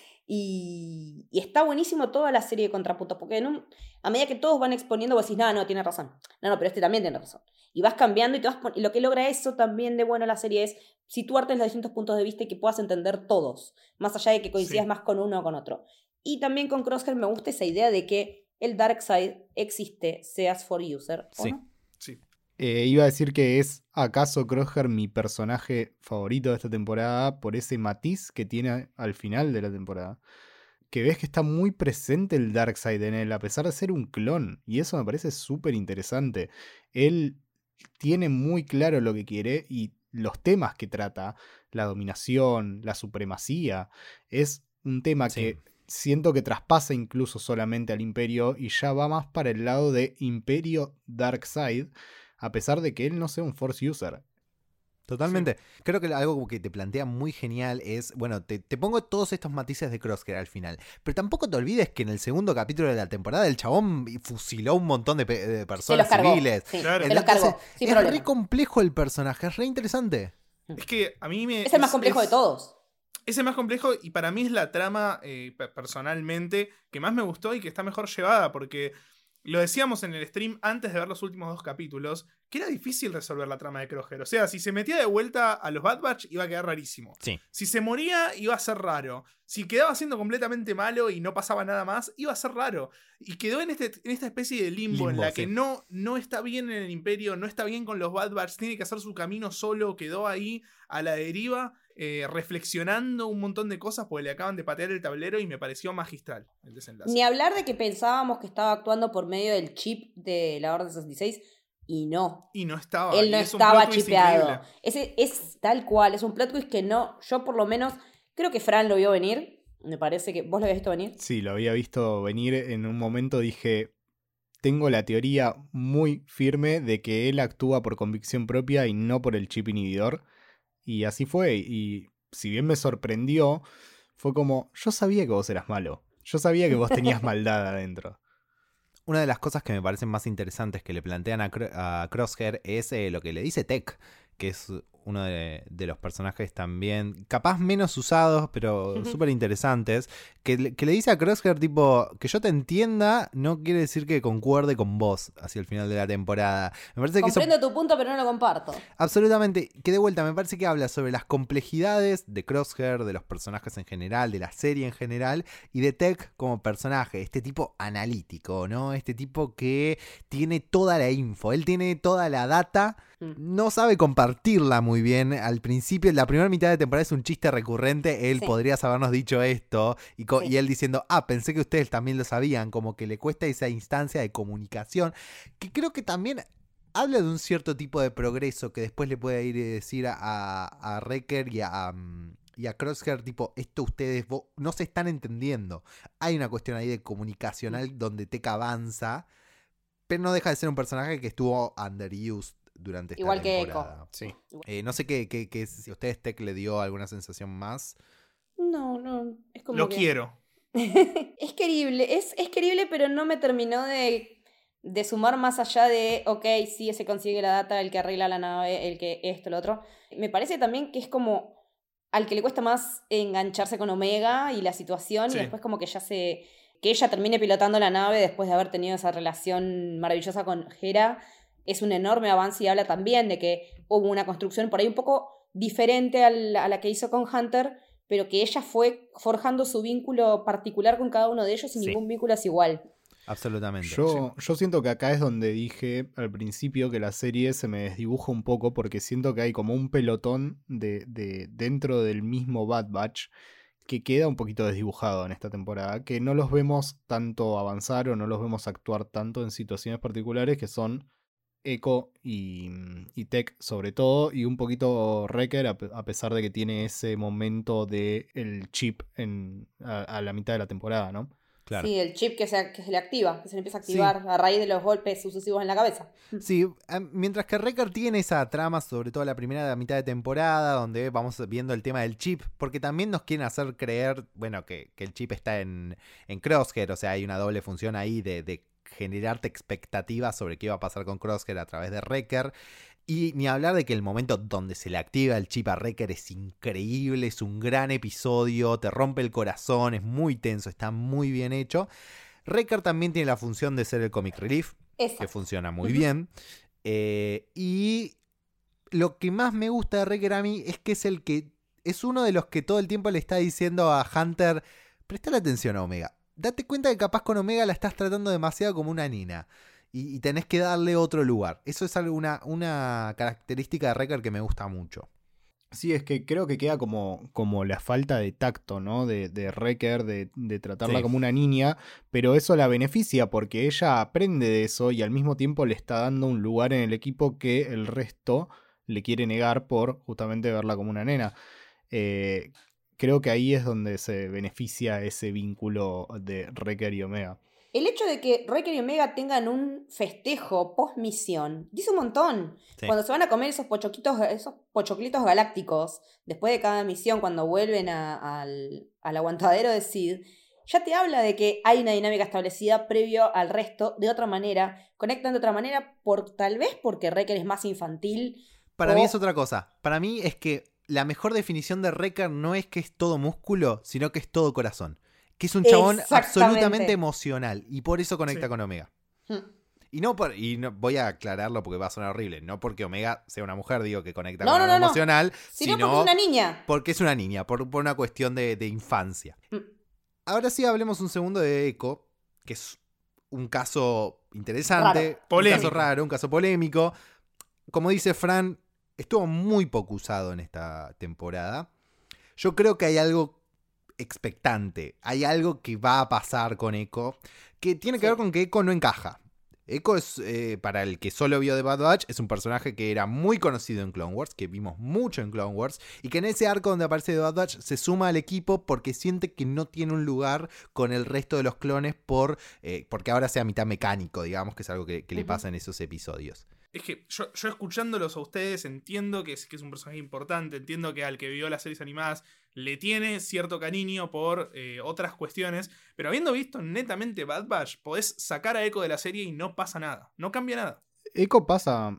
Y está buenísimo toda la serie de contrapuntos, porque a medida que todos van exponiendo, vos decís, no, tiene razón. No, pero este también tiene razón. Y vas cambiando y lo que logra eso también de bueno la serie es situarte en los distintos puntos de vista y que puedas entender todos, más allá de que coincidas más con uno o con otro. Y también con Crosshair me gusta esa idea de que el Darkseid existe, seas for user o no. Sí. Iba a decir que es acaso Crosshair mi personaje favorito de esta temporada por ese matiz que tiene al final de la temporada. Que ves que está muy presente el Darkseid en él, a pesar de ser un clon. Y eso me parece súper interesante. Él tiene muy claro lo que quiere y los temas que trata, la dominación, la supremacía, es un tema que siento que traspasa incluso solamente al Imperio y ya va más para el lado de Imperio Darkseid, a pesar de que él no sea un Force User. Totalmente. Sí. Creo que algo que te plantea muy genial es, bueno, te pongo todos estos matices de Crosshair al final, pero tampoco te olvides que en el segundo capítulo de la temporada el chabón fusiló un montón de personas civiles. Sí, claro. Los cargó. Es re complejo el personaje, es re interesante. Es que a mí es el más complejo de todos. Es el más complejo y para mí es la trama, personalmente, que más me gustó y que está mejor llevada, porque lo decíamos en el stream antes de ver los últimos 2 capítulos, que era difícil resolver la trama de Crosshair. O sea, si se metía de vuelta a los Bad Batch, iba a quedar rarísimo. Sí. Si se moría, iba a ser raro. Si quedaba siendo completamente malo y no pasaba nada más, iba a ser raro. Y quedó en esta especie de limbo en la que no está bien en el Imperio, no está bien con los Bad Batch, tiene que hacer su camino solo, quedó ahí a la deriva, reflexionando un montón de cosas porque le acaban de patear el tablero y me pareció magistral el desenlace. Ni hablar de que pensábamos que estaba actuando por medio del chip de la Orden 66 y no. Y no estaba. Él no estaba chipeado. Ese es tal cual, es un plot twist que no, yo por lo menos, creo que Fran lo vio venir, me parece que vos lo habías visto venir. Sí, lo había visto venir, en un momento dije, tengo la teoría muy firme de que él actúa por convicción propia y no por el chip inhibidor. Y así fue, y si bien me sorprendió, fue como, yo sabía que vos eras malo, yo sabía que vos tenías maldad adentro. Una de las cosas que me parecen más interesantes que le plantean a Crosshair es lo que le dice Tech, que es uno de los personajes también, capaz menos usados, pero súper interesantes, que le dice a Crosshair tipo, que yo te entienda, no quiere decir que concuerde con vos hacia el final de la temporada. Me parece Comprendo que tu punto, pero no lo comparto. Absolutamente, que de vuelta me parece que habla sobre las complejidades de Crosshair, de los personajes en general, de la serie en general, y de Tech como personaje, este tipo analítico, ¿no? Este tipo que tiene toda la info, él tiene toda la data, no sabe compartirla muy bien. Al principio, la primera mitad de temporada es un chiste recurrente, él podrías habernos dicho esto, y él diciendo, pensé que ustedes también lo sabían, como que le cuesta esa instancia de comunicación, que creo que también habla de un cierto tipo de progreso que después le puede ir a decir a Wrecker y a Crosshair, tipo, esto ustedes no se están entendiendo. Hay una cuestión ahí de comunicacional donde Tech avanza, pero no deja de ser un personaje que estuvo underused durante esta igual temporada. Que Echo. Sí. No sé si a ustedes Tech le dio alguna sensación más. No, es como Lo quiero. Es querible, es querible, pero no me terminó de sumar más allá de, ok, sí, ese consigue la data, el que arregla la nave, el que esto, lo otro. Me parece también que es como al que le cuesta más engancharse con Omega y la situación, y después como que que ella termine pilotando la nave después de haber tenido esa relación maravillosa con Hera, es un enorme avance y habla también de que hubo una construcción por ahí un poco diferente a la que hizo con Hunter, pero que ella fue forjando su vínculo particular con cada uno de ellos y ningún vínculo es igual. Absolutamente. Yo siento que acá es donde dije al principio que la serie se me desdibuja un poco porque siento que hay como un pelotón de dentro del mismo Bad Batch que queda un poquito desdibujado en esta temporada, que no los vemos tanto avanzar o no los vemos actuar tanto en situaciones particulares que son Echo y Tech sobre todo, y un poquito Wrecker a pesar de que tiene ese momento de el chip a la mitad de la temporada, ¿no? Claro. Sí, el chip que se le activa, que se le empieza a activar a raíz de los golpes sucesivos en la cabeza. Sí, mientras que Wrecker tiene esa trama, sobre todo la primera mitad de temporada, donde vamos viendo el tema del chip, porque también nos quieren hacer creer, bueno, que el chip está en Crosshair, o sea, hay una doble función ahí de generarte expectativas sobre qué va a pasar con Crosshair a través de Wrecker. Y ni hablar de que el momento donde se le activa el chip a Wrecker es increíble, es un gran episodio, te rompe el corazón, es muy tenso, está muy bien hecho. Wrecker también tiene la función de ser el comic relief, Exacto. que funciona muy bien. Y lo que más me gusta de Wrecker a mí es que es uno de los que todo el tiempo le está diciendo a Hunter, prestale atención a Omega, date cuenta que capaz con Omega la estás tratando demasiado como una nena. Y tenés que darle otro lugar. Eso es una característica de Wrecker que me gusta mucho. Sí, es que creo que queda como la falta de tacto, ¿no? De Wrecker, de tratarla como una niña, pero eso la beneficia porque ella aprende de eso y al mismo tiempo le está dando un lugar en el equipo que el resto le quiere negar por justamente verla como una nena. Creo que ahí es donde se beneficia ese vínculo de Wrecker y Omega. El hecho de que Wrecker y Omega tengan un festejo post-misión dice un montón. Sí. Cuando se van a comer esos pochoclitos galácticos, después de cada misión, cuando vuelven al aguantadero de Sid, ya te habla de que hay una dinámica establecida previo al resto, de otra manera, conectan de otra manera, tal vez porque Wrecker es más infantil. Para mí es otra cosa. Para mí es que la mejor definición de Wrecker no es que es todo músculo, sino que es todo corazón. Que es un chabón absolutamente emocional y por eso conecta con Omega. Y no voy a aclararlo porque va a sonar horrible. No porque Omega sea una mujer, digo que conecta con algo emocional, sino porque es una niña. Porque es una niña, por una cuestión de infancia. Ahora sí hablemos un segundo de Echo, que es un caso interesante, un caso raro, un caso polémico. Como dice Fran, estuvo muy poco usado en esta temporada. Yo creo que hay algo expectante. Hay algo que va a pasar con Echo que tiene que ver con que Echo no encaja. Echo es, para el que solo vio The Bad Batch, es un personaje que era muy conocido en Clone Wars, que vimos mucho en Clone Wars, y que en ese arco donde aparece The Bad Batch se suma al equipo porque siente que no tiene un lugar con el resto de los clones porque ahora sea mitad mecánico, digamos, que es algo que le pasa en esos episodios. Es que yo escuchándolos a ustedes entiendo que es un personaje importante, entiendo que al que vio las series animadas le tiene cierto cariño por otras cuestiones, pero habiendo visto netamente Bad Batch, podés sacar a Echo de la serie y no pasa nada, no cambia nada. Echo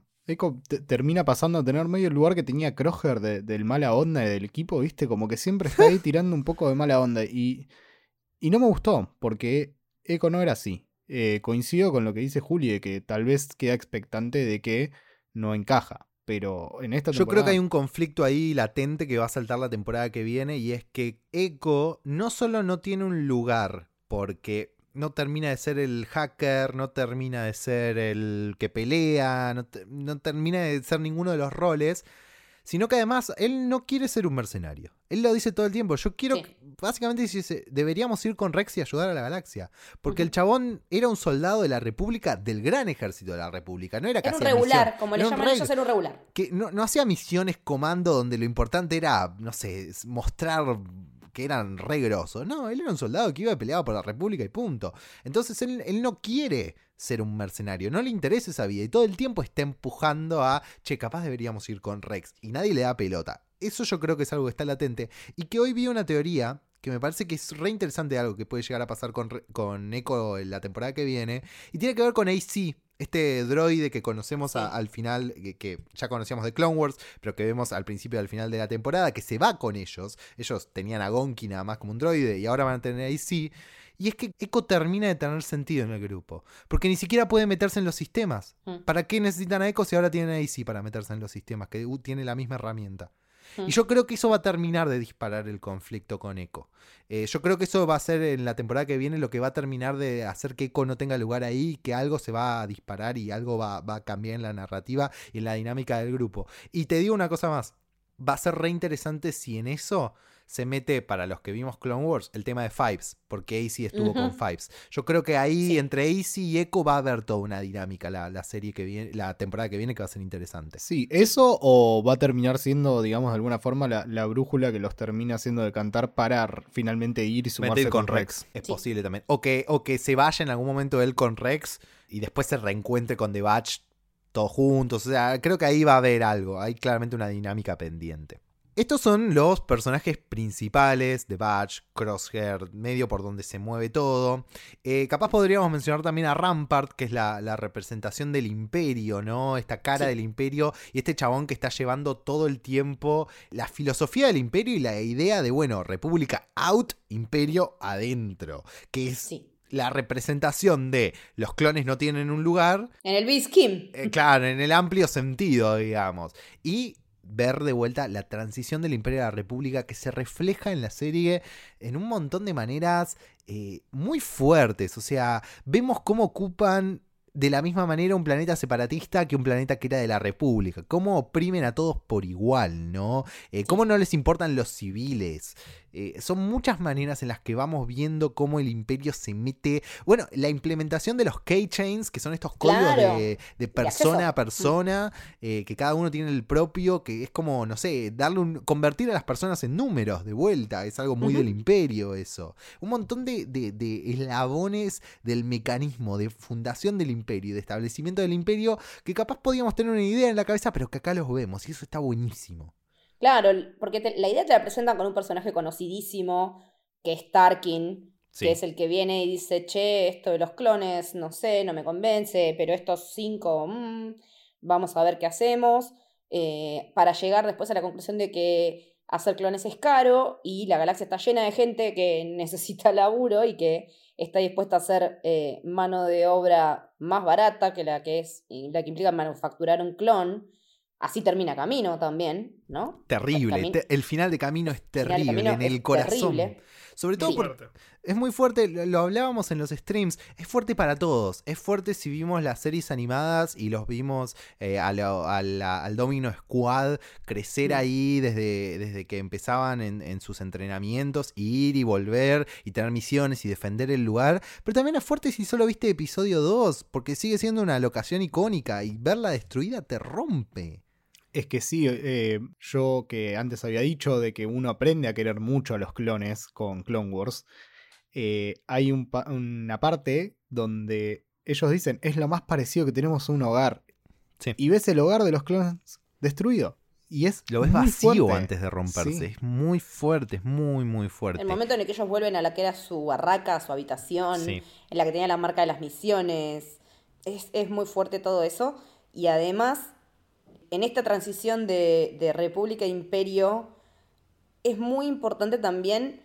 termina pasando a tener medio el lugar que tenía Crosshair del mala onda y del equipo, ¿viste? Como que siempre está ahí tirando un poco de mala onda y no me gustó, porque Echo no era así. Coincido con lo que dice Juli, de que tal vez queda expectante de que no encaja, pero en esta temporada... Yo creo que hay un conflicto ahí latente que va a saltar la temporada que viene, y es que Echo no solo no tiene un lugar, porque no termina de ser el hacker, no termina de ser el que pelea, no termina de ser ninguno de los roles, sino que además él no quiere ser un mercenario. Él lo dice todo el tiempo. Yo quiero... Sí. Básicamente dice, deberíamos ir con Rex y ayudar a la galaxia. Porque el chabón era un soldado de la República, del gran ejército de la República. No era que hacía regular, misión. como le llaman ellos, era un regular. Que no hacía misiones comando donde lo importante era, no sé, mostrar que eran re grosos. No, él era un soldado que iba y peleaba por la República y punto. Entonces él no quiere ser un mercenario, no le interesa esa vida y todo el tiempo está empujando a, capaz deberíamos ir con Rex, y nadie le da pelota. Eso yo creo que es algo que está latente y que hoy vi una teoría que me parece que es re interesante, algo que puede llegar a pasar con Echo en la temporada que viene, y tiene que ver con AC, este droide que conocemos al final, que ya conocíamos de Clone Wars, pero que vemos al principio y al final de la temporada, que se va con ellos. Ellos tenían a Gonki nada más como un droide y ahora van a tener a AC. Y es que Echo termina de tener sentido en el grupo, porque ni siquiera puede meterse en los sistemas. ¿Para qué necesitan a Echo si ahora tienen a AC para meterse en los sistemas, que tiene la misma herramienta? Y yo creo que eso va a terminar de disparar el conflicto con Echo. Yo creo que eso va a ser en la temporada que viene lo que va a terminar de hacer que Echo no tenga lugar ahí, que algo se va a disparar y algo va a cambiar en la narrativa y en la dinámica del grupo. Y te digo una cosa más, va a ser re interesante si en eso se mete, para los que vimos Clone Wars, el tema de Fives, porque AC estuvo con Ujú. Fives. Yo creo que ahí Sí. entre AC y Echo va a haber toda una dinámica la serie que viene, la temporada que viene, que va a ser interesante. Sí, eso o va a terminar siendo, digamos, de alguna forma la brújula que los termina haciendo decantar para finalmente ir y sumarse Meter con Rex. es Sí. posible también. O que se vaya en algún momento él con Rex y después se reencuentre con The Batch todos juntos. O sea, creo que ahí va a haber algo. Hay claramente una dinámica pendiente. Estos son los personajes principales de Batch, Crosshair, medio por donde se mueve todo. Capaz podríamos mencionar también a Rampart, que es la representación del imperio, ¿no? Esta cara Sí. del imperio y este chabón que está llevando todo el tiempo la filosofía del imperio y la idea de, bueno, república out, imperio adentro. Que es Sí. la representación de los clones no tienen un lugar, En el Beast-Kim. claro, en el amplio sentido, digamos. Y ver de vuelta la transición del Imperio a la República que se refleja en la serie en un montón de maneras muy fuertes. O sea, vemos cómo ocupan de la misma manera un planeta separatista que un planeta que era de la República. Cómo oprimen a todos por igual, ¿no? Cómo no les importan los civiles. Son muchas maneras en las que vamos viendo cómo el imperio se mete. Bueno, la implementación de los keychains, que son estos códigos Claro. de persona acceso. a persona, que cada uno tiene el propio, que es como, no sé, convertir a las personas en números de vuelta. Es algo muy Ujú. del imperio eso. Un montón de eslabones del mecanismo de fundación del imperio y de establecimiento del imperio que capaz podíamos tener una idea en la cabeza, pero que acá los vemos y eso está buenísimo. Claro, porque la idea te la presentan con un personaje conocidísimo, que es Tarkin, Sí. que es el que viene y dice, che, esto de los clones, no sé, no me convence, pero estos 5, vamos a ver qué hacemos, para llegar después a la conclusión de que hacer clones es caro y la galaxia está llena de gente que necesita laburo y que está dispuesta a hacer mano de obra más barata que la que implica manufacturar un clon. Así termina Camino también, ¿no? Terrible. El final de Camino es final de terrible, Camino en el es corazón. terrible. Sobre todo Sí. porque Fuerte. es muy fuerte, lo hablábamos en los streams, es fuerte para todos. Es fuerte si vimos las series animadas y los vimos al Domino Squad crecer ahí desde que empezaban en sus entrenamientos, ir y volver y tener misiones y defender el lugar. Pero también es fuerte si solo viste episodio 2, porque sigue siendo una locación icónica y verla destruida te rompe. Es que sí, yo que antes había dicho de que uno aprende a querer mucho a los clones con Clone Wars, hay una parte donde ellos dicen, es lo más parecido que tenemos a un hogar. Sí. Y ves el hogar de los clones destruido. Y es Lo ves muy vacío fuerte. antes de romperse. Sí. Es muy fuerte, es muy, muy fuerte. El momento en el que ellos vuelven a la que era su barraca, su habitación, Sí. en la que tenía la marca de las misiones, es muy fuerte todo eso. Y además, en esta transición de República e Imperio, es muy importante también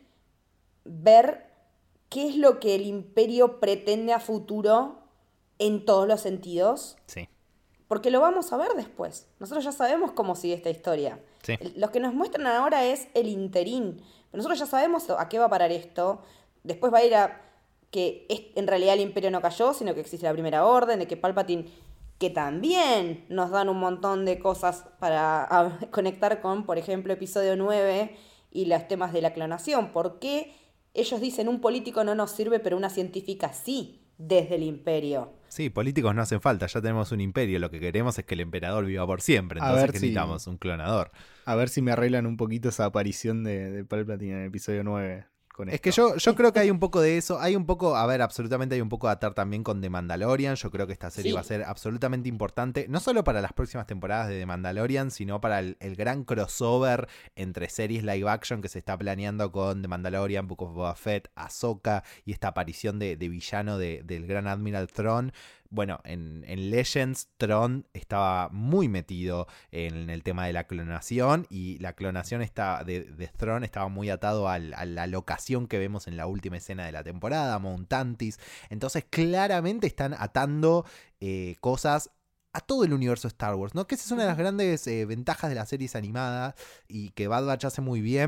ver qué es lo que el Imperio pretende a futuro en todos los sentidos, Sí. porque lo vamos a ver después. Nosotros ya sabemos cómo sigue esta historia. Sí. Lo que nos muestran ahora es el interín, pero nosotros ya sabemos a qué va a parar esto. Después va a ir a que en realidad el Imperio no cayó, sino que existe la Primera Orden, de que Palpatine, que también nos dan un montón de cosas para conectar con, por ejemplo, episodio 9 y los temas de la clonación. ¿Por qué ellos dicen un político no nos sirve, pero una científica sí, desde el Imperio? Sí, políticos no hacen falta, ya tenemos un imperio, lo que queremos es que el emperador viva por siempre, A entonces ver ¿qué si- necesitamos? Un clonador. A ver si me arreglan un poquito esa aparición de Palpatine en el episodio 9. Con Es esto. que yo creo que hay un poco de eso, hay un poco, a ver, absolutamente hay un poco de atar también con The Mandalorian, yo creo que esta serie Sí. va a ser absolutamente importante, no solo para las próximas temporadas de The Mandalorian, sino para el gran crossover entre series live action que se está planeando con The Mandalorian, Book of Boba Fett, Ahsoka y esta aparición de villano del gran Admiral Thrawn. Bueno, en Legends, Thrawn estaba muy metido en el tema de la clonación y la clonación de Thrawn estaba muy atado a la locación que vemos en la última escena de la temporada, Mount Tantiss. Entonces claramente están atando cosas a todo el universo Star Wars, ¿no? Que esa es una de las grandes ventajas de las series animadas y que Bad Batch hace muy bien,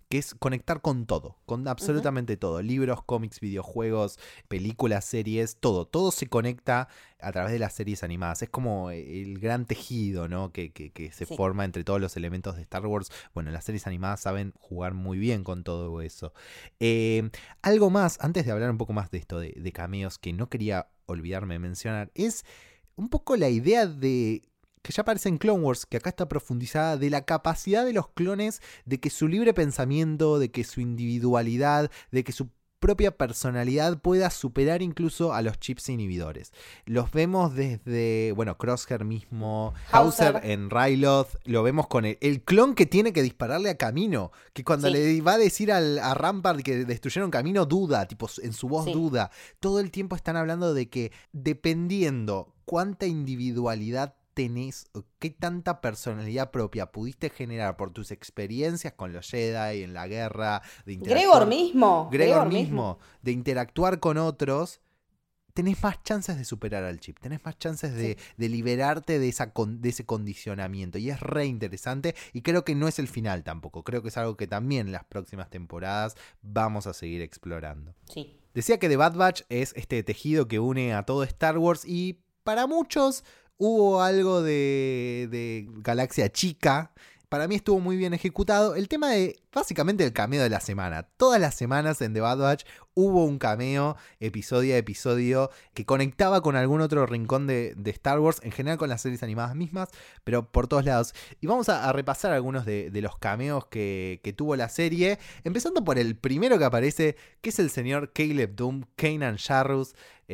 que es conectar con todo, con absolutamente todo. Libros, cómics, videojuegos, películas, series, todo. Todo se conecta a través de las series animadas. Es como el gran tejido, ¿no? que se forma entre todos los elementos de Star Wars. Bueno, las series animadas saben jugar muy bien con todo eso. Algo más, antes de hablar un poco más de esto, de cameos, que no quería olvidarme de mencionar, es un poco la idea de... que ya aparece en Clone Wars, que acá está profundizada, de la capacidad de los clones, de que su libre pensamiento, de que su individualidad, de que su propia personalidad pueda superar incluso a los chips inhibidores. Los vemos desde, bueno, Crosshair mismo, Hauser en Ryloth, lo vemos con el clon que tiene que dispararle a Camino, que cuando le va a decir a Rampart que destruyeron Camino, duda, tipo en su voz duda. Todo el tiempo están hablando de que dependiendo cuánta individualidad tenés, qué tanta personalidad propia pudiste generar por tus experiencias con los Jedi en la guerra, de interactuar, Gregor mismo, de interactuar con otros, tenés más chances de superar al chip, tenés más chances de liberarte de ese condicionamiento, y es re interesante, y creo que no es el final tampoco, creo que es algo que también en las próximas temporadas vamos a seguir explorando. Sí. Decía que The Bad Batch es este tejido que une a todo Star Wars, y para muchos hubo algo de Galaxia Chica. Para mí estuvo muy bien ejecutado. El tema de, básicamente, el cameo de la semana. Todas las semanas en The Bad Batch hubo un cameo, episodio a episodio, que conectaba con algún otro rincón de Star Wars, en general con las series animadas mismas, pero por todos lados. Y vamos a repasar algunos de los cameos que tuvo la serie, empezando por el primero que aparece, que es el señor Caleb Doom, Kanan Jarrus.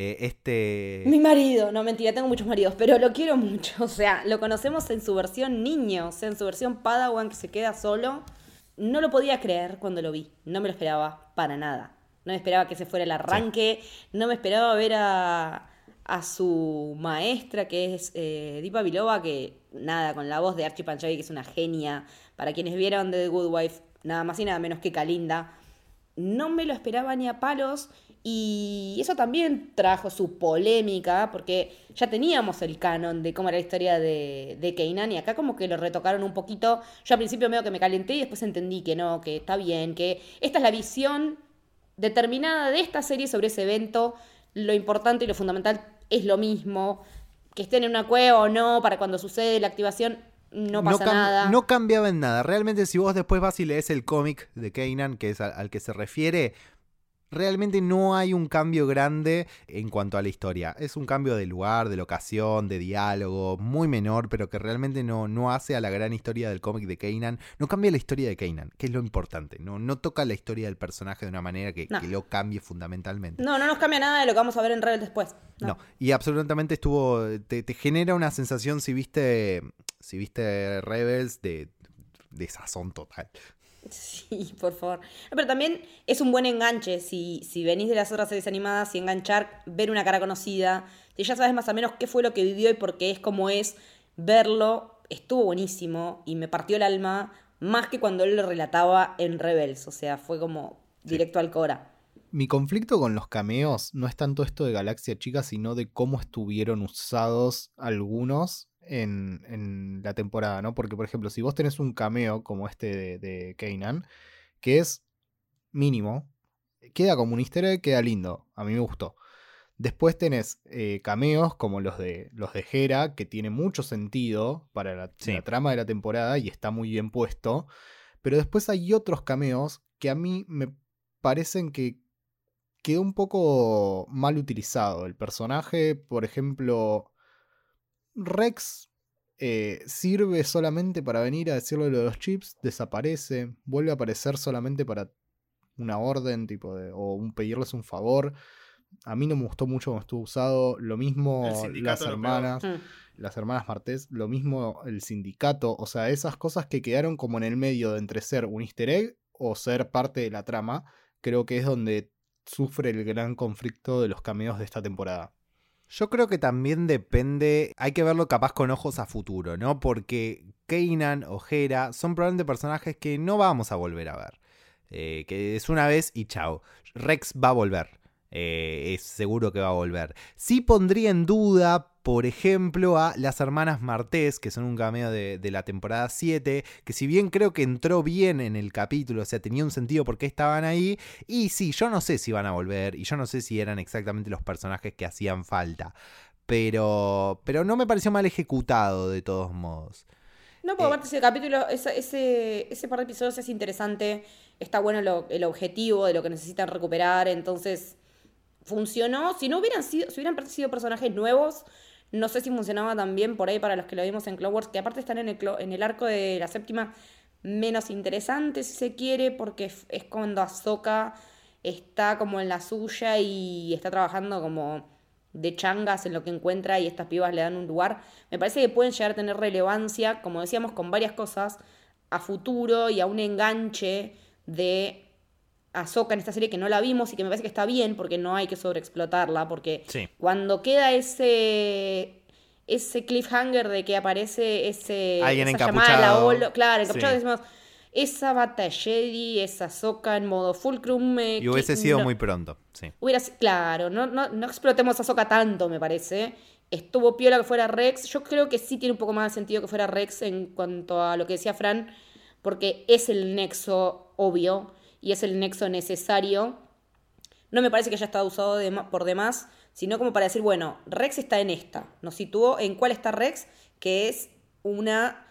Mi marido, no mentira, tengo muchos maridos, pero lo quiero mucho, o sea, lo conocemos en su versión niño, o sea, en su versión Padawan que se queda solo. No lo podía creer cuando lo vi, no me lo esperaba para nada, no me esperaba que ese fuera el arranque, no me esperaba ver a su maestra, que es Deepa Vilova, que nada, con la voz de Archie Panjabi, que es una genia, para quienes vieron The Good Wife, nada más y nada menos que Kalinda. No me lo esperaba ni a palos, y eso también trajo su polémica, porque ya teníamos el canon de cómo era la historia de Kanan, y acá como que lo retocaron un poquito. Yo al principio medio que me calenté y después entendí que no, que está bien, que esta es la visión determinada de esta serie sobre ese evento. Lo importante y lo fundamental es lo mismo, que estén en una cueva o no, para cuando sucede la activación no pasa nada. No cambiaba en nada. Realmente, si vos después vas y lees el cómic de Kanan, que es al que se refiere, realmente no hay un cambio grande en cuanto a la historia. Es un cambio de lugar, de locación, de diálogo, muy menor, pero que realmente no hace a la gran historia del cómic de Kanan. No cambia la historia de Kanan, que es lo importante. No toca la historia del personaje de una manera que lo cambie fundamentalmente. No nos cambia nada de lo que vamos a ver en Rebels después. No, y absolutamente te genera una sensación, si viste Rebels, de sazón total. Sí, por favor. No, pero también es un buen enganche si venís de las otras series animadas y enganchar, ver una cara conocida, que ya sabes más o menos qué fue lo que vivió y por qué es como es. Verlo estuvo buenísimo y me partió el alma más que cuando él lo relataba en Rebels. O sea, fue como directo al Cora. Mi conflicto con los cameos no es tanto esto de Galaxia Chica, sino de cómo estuvieron usados algunos en la temporada, ¿no? Porque, por ejemplo, si vos tenés un cameo como este de Kanan, que es mínimo, queda como un easter egg, queda lindo, a mí me gustó. Después tenés cameos como los de Hera, que tiene mucho sentido para la trama de la temporada y está muy bien puesto. Pero después hay otros cameos que a mí me parecen que quedó un poco mal utilizado. El personaje, por ejemplo, Rex sirve solamente para venir a decirle lo de los chips, desaparece, vuelve a aparecer solamente para una orden tipo o pedirles un favor. A mí no me gustó mucho cómo estuvo usado. Lo mismo las hermanas Martés, lo mismo el sindicato. O sea, esas cosas que quedaron como en el medio de entre ser un easter egg o ser parte de la trama, creo que es donde sufre el gran conflicto de los cameos de esta temporada. Yo creo que también depende, hay que verlo capaz con ojos a futuro, ¿no? Porque Kanan o Hera son probablemente personajes que no vamos a volver a ver. Que es una vez y chao. Rex va a volver. Es seguro que va a volver. Sí pondría en duda, por ejemplo, a las hermanas Martés, que son un cameo de la temporada 7, que si bien creo que entró bien en el capítulo, o sea, tenía un sentido por qué estaban ahí, y sí, yo no sé si van a volver, y yo no sé si eran exactamente los personajes que hacían falta, pero no me pareció mal ejecutado de todos modos. No, porque aparte ese capítulo, ese par de episodios es interesante, está bueno el objetivo de lo que necesitan recuperar, entonces funcionó. Si hubieran sido personajes nuevos, no sé si funcionaba tan bien por ahí para los que lo vimos en Clone Wars, que aparte están en el arco de la séptima menos interesante, si se quiere, porque es cuando Ahsoka está como en la suya y está trabajando como de changas en lo que encuentra y estas pibas le dan un lugar. Me parece que pueden llegar a tener relevancia, como decíamos, con varias cosas a futuro y a un enganche de Ahsoka en esta serie que no la vimos y que me parece que está bien porque no hay que sobreexplotarla, porque Sí. cuando queda ese cliffhanger de que aparece Alguien esa encapuchado. llamada a la Olo, claro, encapuchado, Sí. decimos, esa bata Jedi, esa Ahsoka en modo Fulcrum. Y hubiese sido muy pronto, sí. Claro, no explotemos a Ahsoka tanto, me parece. Estuvo piola que fuera Rex. Yo creo que sí tiene un poco más de sentido que fuera Rex en cuanto a lo que decía Fran, porque es el nexo obvio y es el nexo necesario. No me parece que haya estado usado por demás, sino como para decir, bueno, Rex está en esta. Nos situó en cuál está Rex, que es un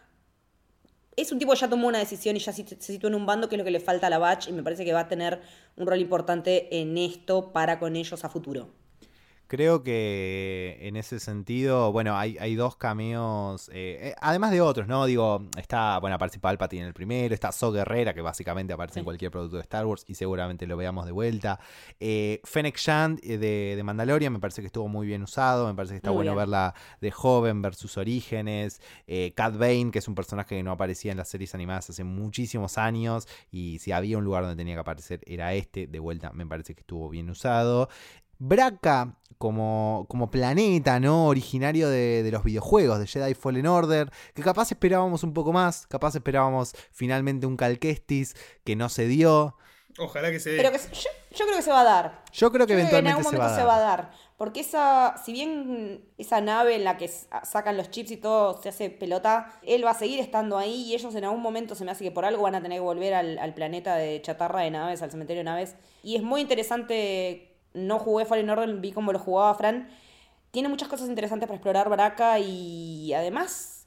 tipo que ya tomó una decisión y ya se sitúa en un bando, que es lo que le falta a la Batch, y me parece que va a tener un rol importante en esto para con ellos a futuro. Creo que en ese sentido, bueno, hay dos cameos, además de otros, ¿no? Digo, aparece Palpatine en el primero, está So Guerrera, que básicamente aparece en cualquier producto de Star Wars y seguramente lo veamos de vuelta. Fennec Shand de Mandalorian me parece que estuvo muy bien usado, me parece que está Muy bueno bien. verla de joven, ver sus orígenes. Cad Bane, que es un personaje que no aparecía en las series animadas hace muchísimos años y si había un lugar donde tenía que aparecer era de vuelta me parece que estuvo bien usado. Braca como planeta, ¿no? Originario de los videojuegos, de Jedi Fallen Order, que capaz esperábamos un poco más, capaz esperábamos finalmente un Cal Kestis que no se dio. Ojalá que se dé. Pero yo creo que se va a dar. Yo creo que eventualmente en algún momento se va a dar. Porque si bien esa nave en la que sacan los chips y todo se hace pelota, él va a seguir estando ahí y ellos en algún momento se me hace que por algo van a tener que volver al planeta de chatarra de naves, al cementerio de naves. Y es muy interesante. No jugué Fallen Order, vi cómo lo jugaba Fran. Tiene muchas cosas interesantes para explorar Baraka y además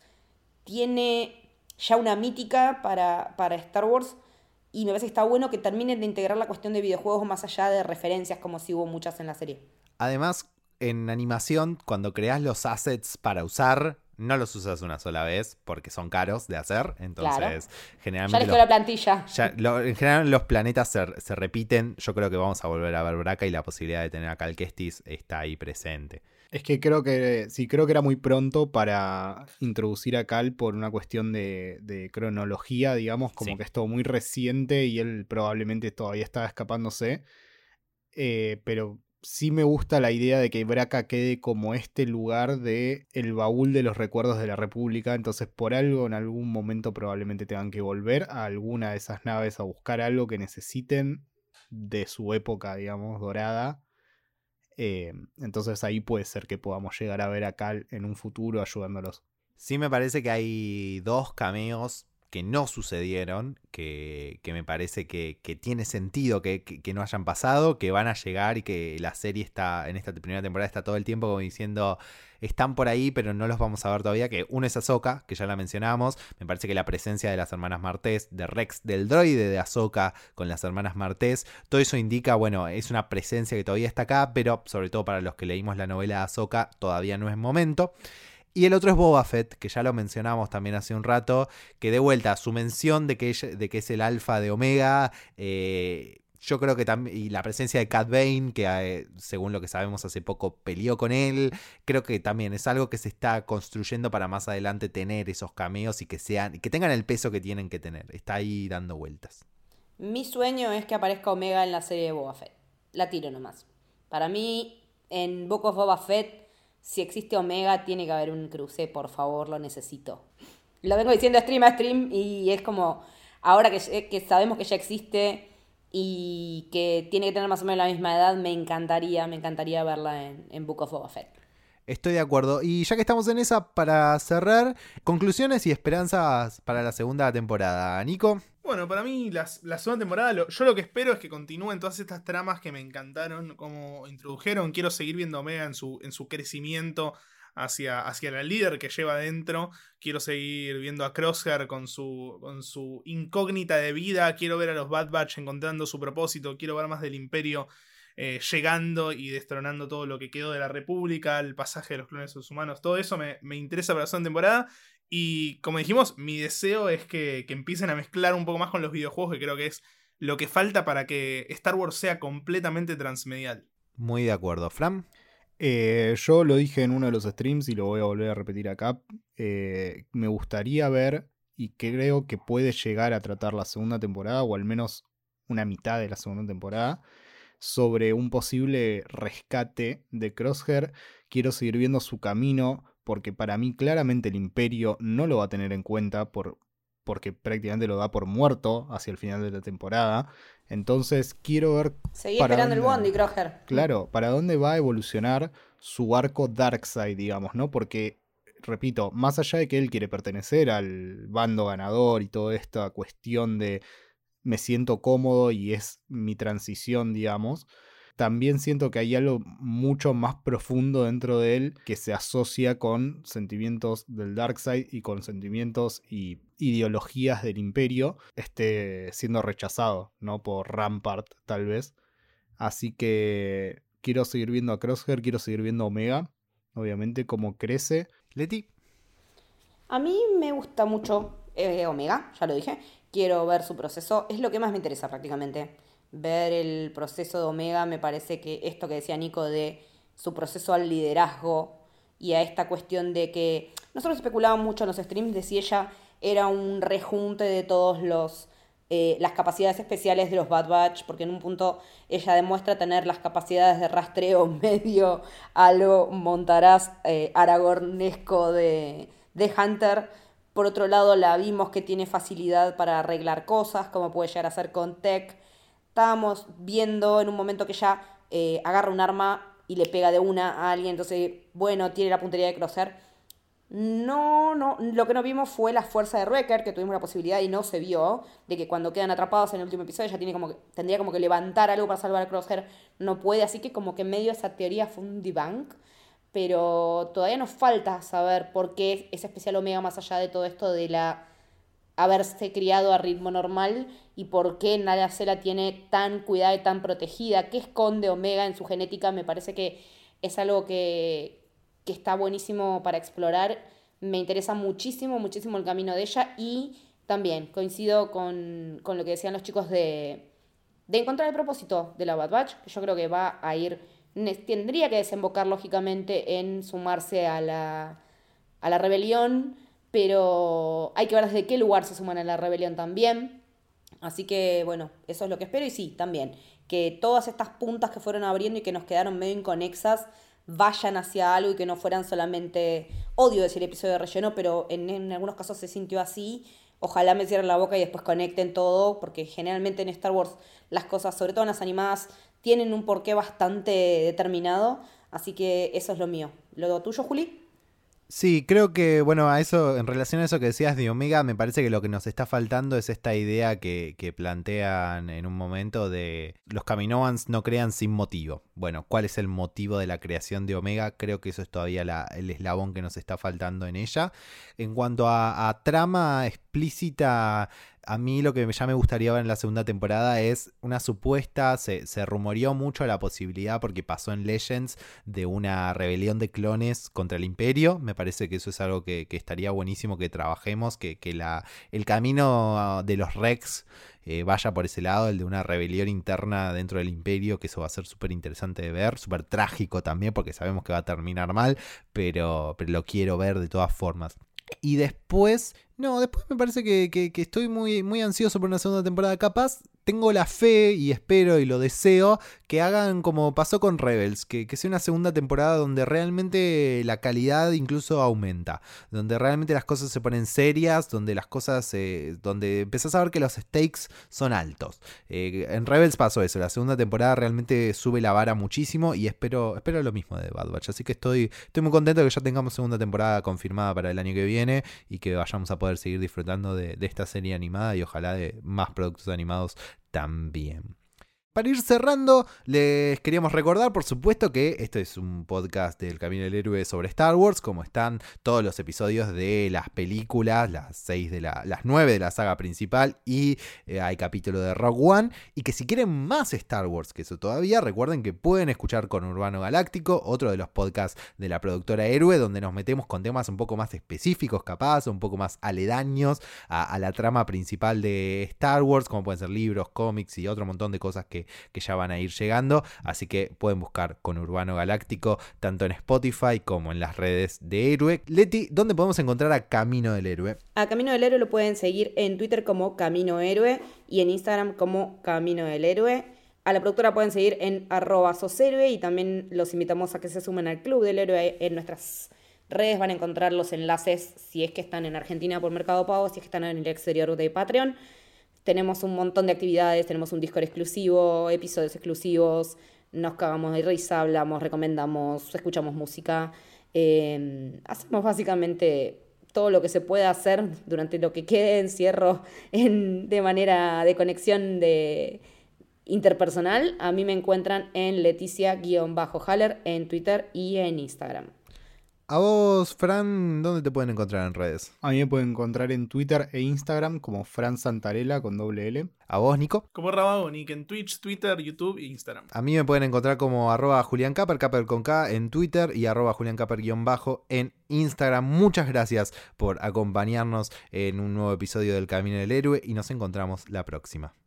tiene ya una mítica para Star Wars y me parece que está bueno que terminen de integrar la cuestión de videojuegos más allá de referencias como si hubo muchas en la serie. Además, en animación, cuando creas los assets para usar, no los usas una sola vez porque son caros de hacer. Entonces, Claro. generalmente. Ya les quedó la plantilla. En general, los planetas se repiten. Yo creo que vamos a volver a ver Braca y la posibilidad de tener a Cal Kestis está ahí presente. Es que creo que era muy pronto para introducir a Cal por una cuestión de cronología, digamos, como Sí. que es todo muy reciente y él probablemente todavía estaba escapándose. Pero sí me gusta la idea de que Braca quede como este lugar de el baúl de los recuerdos de la República. Entonces, por algo, en algún momento probablemente tengan que volver a alguna de esas naves a buscar algo que necesiten de su época, digamos, dorada. Entonces ahí puede ser que podamos llegar a ver a Cal en un futuro ayudándolos. Sí me parece que hay dos cameos que no sucedieron, que me parece que tiene sentido que no hayan pasado, que van a llegar y que la serie está en esta primera temporada está todo el tiempo como diciendo están por ahí pero no los vamos a ver todavía, que uno es Ahsoka, que ya la mencionamos, me parece que la presencia de las hermanas Martés, de Rex, del droide de Ahsoka con las hermanas Martés, todo eso indica, bueno, es una presencia que todavía está acá, pero sobre todo para los que leímos la novela de Ahsoka todavía no es momento. Y el otro es Boba Fett, que ya lo mencionamos también hace un rato, que de vuelta, su mención de que es el alfa de Omega, yo creo que también, y la presencia de Cad Bane, que según lo que sabemos hace poco peleó con él, creo que también es algo que se está construyendo para más adelante tener esos cameos y que tengan el peso que tienen que tener. Está ahí dando vueltas. Mi sueño es que aparezca Omega en la serie de Boba Fett. La tiro nomás. Para mí, en Book of Boba Fett, si existe Omega, tiene que haber un cruce, por favor, lo necesito. Lo vengo diciendo stream a stream y es como, ahora que sabemos que ya existe y que tiene que tener más o menos la misma edad, me encantaría verla en Book of Boba Fett. Estoy de acuerdo. Y ya que estamos en esa, para cerrar, conclusiones y esperanzas para la segunda temporada. Nico. Bueno, para mí la segunda temporada, yo lo que espero es que continúen todas estas tramas que me encantaron, como introdujeron. Quiero seguir viendo a Omega en su crecimiento hacia la líder que lleva adentro. Quiero seguir viendo a Crosshair con su incógnita de vida. Quiero ver a los Bad Batch encontrando su propósito. Quiero ver más del Imperio llegando y destronando todo lo que quedó de la República, el pasaje de los clones humanos. Todo eso me interesa para la segunda temporada. Y como dijimos, mi deseo es que empiecen a mezclar un poco más con los videojuegos, que creo que es lo que falta para que Star Wars sea completamente transmedial. Muy de acuerdo. Fran. Yo lo dije en uno de los streams y lo voy a volver a repetir acá. Me gustaría ver, y creo que puede llegar a tratar la segunda temporada, o al menos una mitad de la segunda temporada, sobre un posible rescate de Crosshair. Quiero seguir viendo su camino, porque para mí claramente el Imperio no lo va a tener en cuenta porque prácticamente lo da por muerto hacia el final de la temporada. Entonces quiero ver... Seguí esperando el bondi, Crosshair. Claro, para dónde va a evolucionar su arco Darkseid, digamos, ¿no? Porque, repito, más allá de que él quiere pertenecer al bando ganador y toda esta cuestión de me siento cómodo y es mi transición, digamos, también siento que hay algo mucho más profundo dentro de él que se asocia con sentimientos del Darkseid y con sentimientos y ideologías del Imperio, siendo rechazado, ¿no? Por Rampart, tal vez. Así que quiero seguir viendo a Crosshair, quiero seguir viendo a Omega, obviamente, cómo crece. Leti. A mí me gusta mucho Omega, ya lo dije. Quiero ver su proceso, es lo que más me interesa prácticamente. Ver el proceso de Omega, me parece que esto que decía Nico de su proceso al liderazgo y a esta cuestión de que nosotros especulábamos mucho en los streams de si ella era un rejunte de todos las capacidades especiales de los Bad Batch, porque en un punto ella demuestra tener las capacidades de rastreo medio algo montaraz aragornesco de Hunter. Por otro lado, la vimos que tiene facilidad para arreglar cosas, como puede llegar a ser con Tech. Estábamos viendo en un momento que ella agarra un arma y le pega de una a alguien, entonces, bueno, tiene la puntería de Crosshair. No, lo que no vimos fue la fuerza de Wrecker, que tuvimos la posibilidad y no se vio, de que cuando quedan atrapados en el último episodio ella tendría como que levantar algo para salvar a Crosshair, no puede, así que como que en medio esa teoría fue un debunk, pero todavía nos falta saber por qué es especial Omega más allá de todo esto de haberse criado a ritmo normal y por qué Nala Se la tiene tan cuidada y tan protegida, qué esconde Omega en su genética. Me parece que es algo que está buenísimo para explorar. Me interesa muchísimo el camino de ella y también coincido con lo que decían los chicos de encontrar el propósito de la Bad Batch, que yo creo que va a tendría que desembocar lógicamente en sumarse a la rebelión, pero hay que ver desde qué lugar se suman a la rebelión también. Así que bueno, eso es lo que espero. Y sí, también, que todas estas puntas que fueron abriendo y que nos quedaron medio inconexas vayan hacia algo y que no fueran solamente, odio decir episodio de relleno, pero en algunos casos se sintió así. Ojalá me cierren la boca y después conecten todo, porque generalmente en Star Wars las cosas, sobre todo en las animadas, tienen un porqué bastante determinado. Así que eso es lo mío. ¿Lo tuyo, Juli? Sí, creo que, bueno, a eso, en relación a eso que decías de Omega, me parece que lo que nos está faltando es esta idea que plantean en un momento de los Kaminoans no crean sin motivo. Bueno, ¿cuál es el motivo de la creación de Omega? Creo que eso es todavía el eslabón que nos está faltando en ella. En cuanto a trama explícita, a mí lo que ya me gustaría ver en la segunda temporada es una supuesta, se rumoreó mucho la posibilidad, porque pasó en Legends, de una rebelión de clones contra el Imperio. Me parece que eso es algo que estaría buenísimo que trabajemos, que el camino de los Rex vaya por ese lado, el de una rebelión interna dentro del Imperio, que eso va a ser súper interesante de ver, súper trágico también, porque sabemos que va a terminar mal, pero lo quiero ver de todas formas. Y después me parece que estoy muy, muy ansioso por una segunda temporada. Capaz tengo la fe y espero y lo deseo que hagan como pasó con Rebels, que sea una segunda temporada donde realmente la calidad incluso aumenta, donde realmente las cosas se ponen serias, donde las cosas, donde empezás a ver que los stakes son altos. En Rebels pasó eso, la segunda temporada realmente sube la vara muchísimo y espero lo mismo de Bad Batch, así que estoy muy contento de que ya tengamos segunda temporada confirmada para el año que viene y que vayamos a poder seguir disfrutando de esta serie animada y ojalá de más productos animados también. Para ir cerrando, les queríamos recordar, por supuesto, que este es un podcast del Camino del Héroe sobre Star Wars, como están todos los episodios de las películas, las 9 de la saga principal, y hay capítulo de Rogue One, y que si quieren más Star Wars que eso todavía, recuerden que pueden escuchar con Urbano Galáctico, otro de los podcasts de la productora Héroe, donde nos metemos con temas un poco más específicos capaz, un poco más aledaños a la trama principal de Star Wars, como pueden ser libros, cómics y otro montón de cosas que ya van a ir llegando, así que pueden buscar con Urbano Galáctico tanto en Spotify como en las redes de Héroe. Leti, ¿dónde podemos encontrar a Camino del Héroe? A Camino del Héroe lo pueden seguir en Twitter como Camino Héroe y en Instagram como Camino del Héroe. A la productora pueden seguir en @soshéroe y también los invitamos a que se sumen al Club del Héroe. En nuestras redes van a encontrar los enlaces si es que están en Argentina por Mercado Pago, si es que están en el exterior de Patreon. Tenemos un montón de actividades, tenemos un Discord exclusivo, episodios exclusivos, nos cagamos de risa, hablamos, recomendamos, escuchamos música. Hacemos básicamente todo lo que se pueda hacer durante lo que quede encierro de manera de conexión interpersonal. A mí me encuentran en Leticia_Haller en Twitter y en Instagram. A vos, Fran, ¿dónde te pueden encontrar en redes? A mí me pueden encontrar en Twitter e Instagram como Fran Santarella con $L. ¿A vos, Nico? Como Rabagonic en Twitch, Twitter, YouTube e Instagram. A mí me pueden encontrar como @JulianCaper, Caper con K en Twitter y @JulianCaper_ en Instagram. Muchas gracias por acompañarnos en un nuevo episodio del Camino del Héroe y nos encontramos la próxima.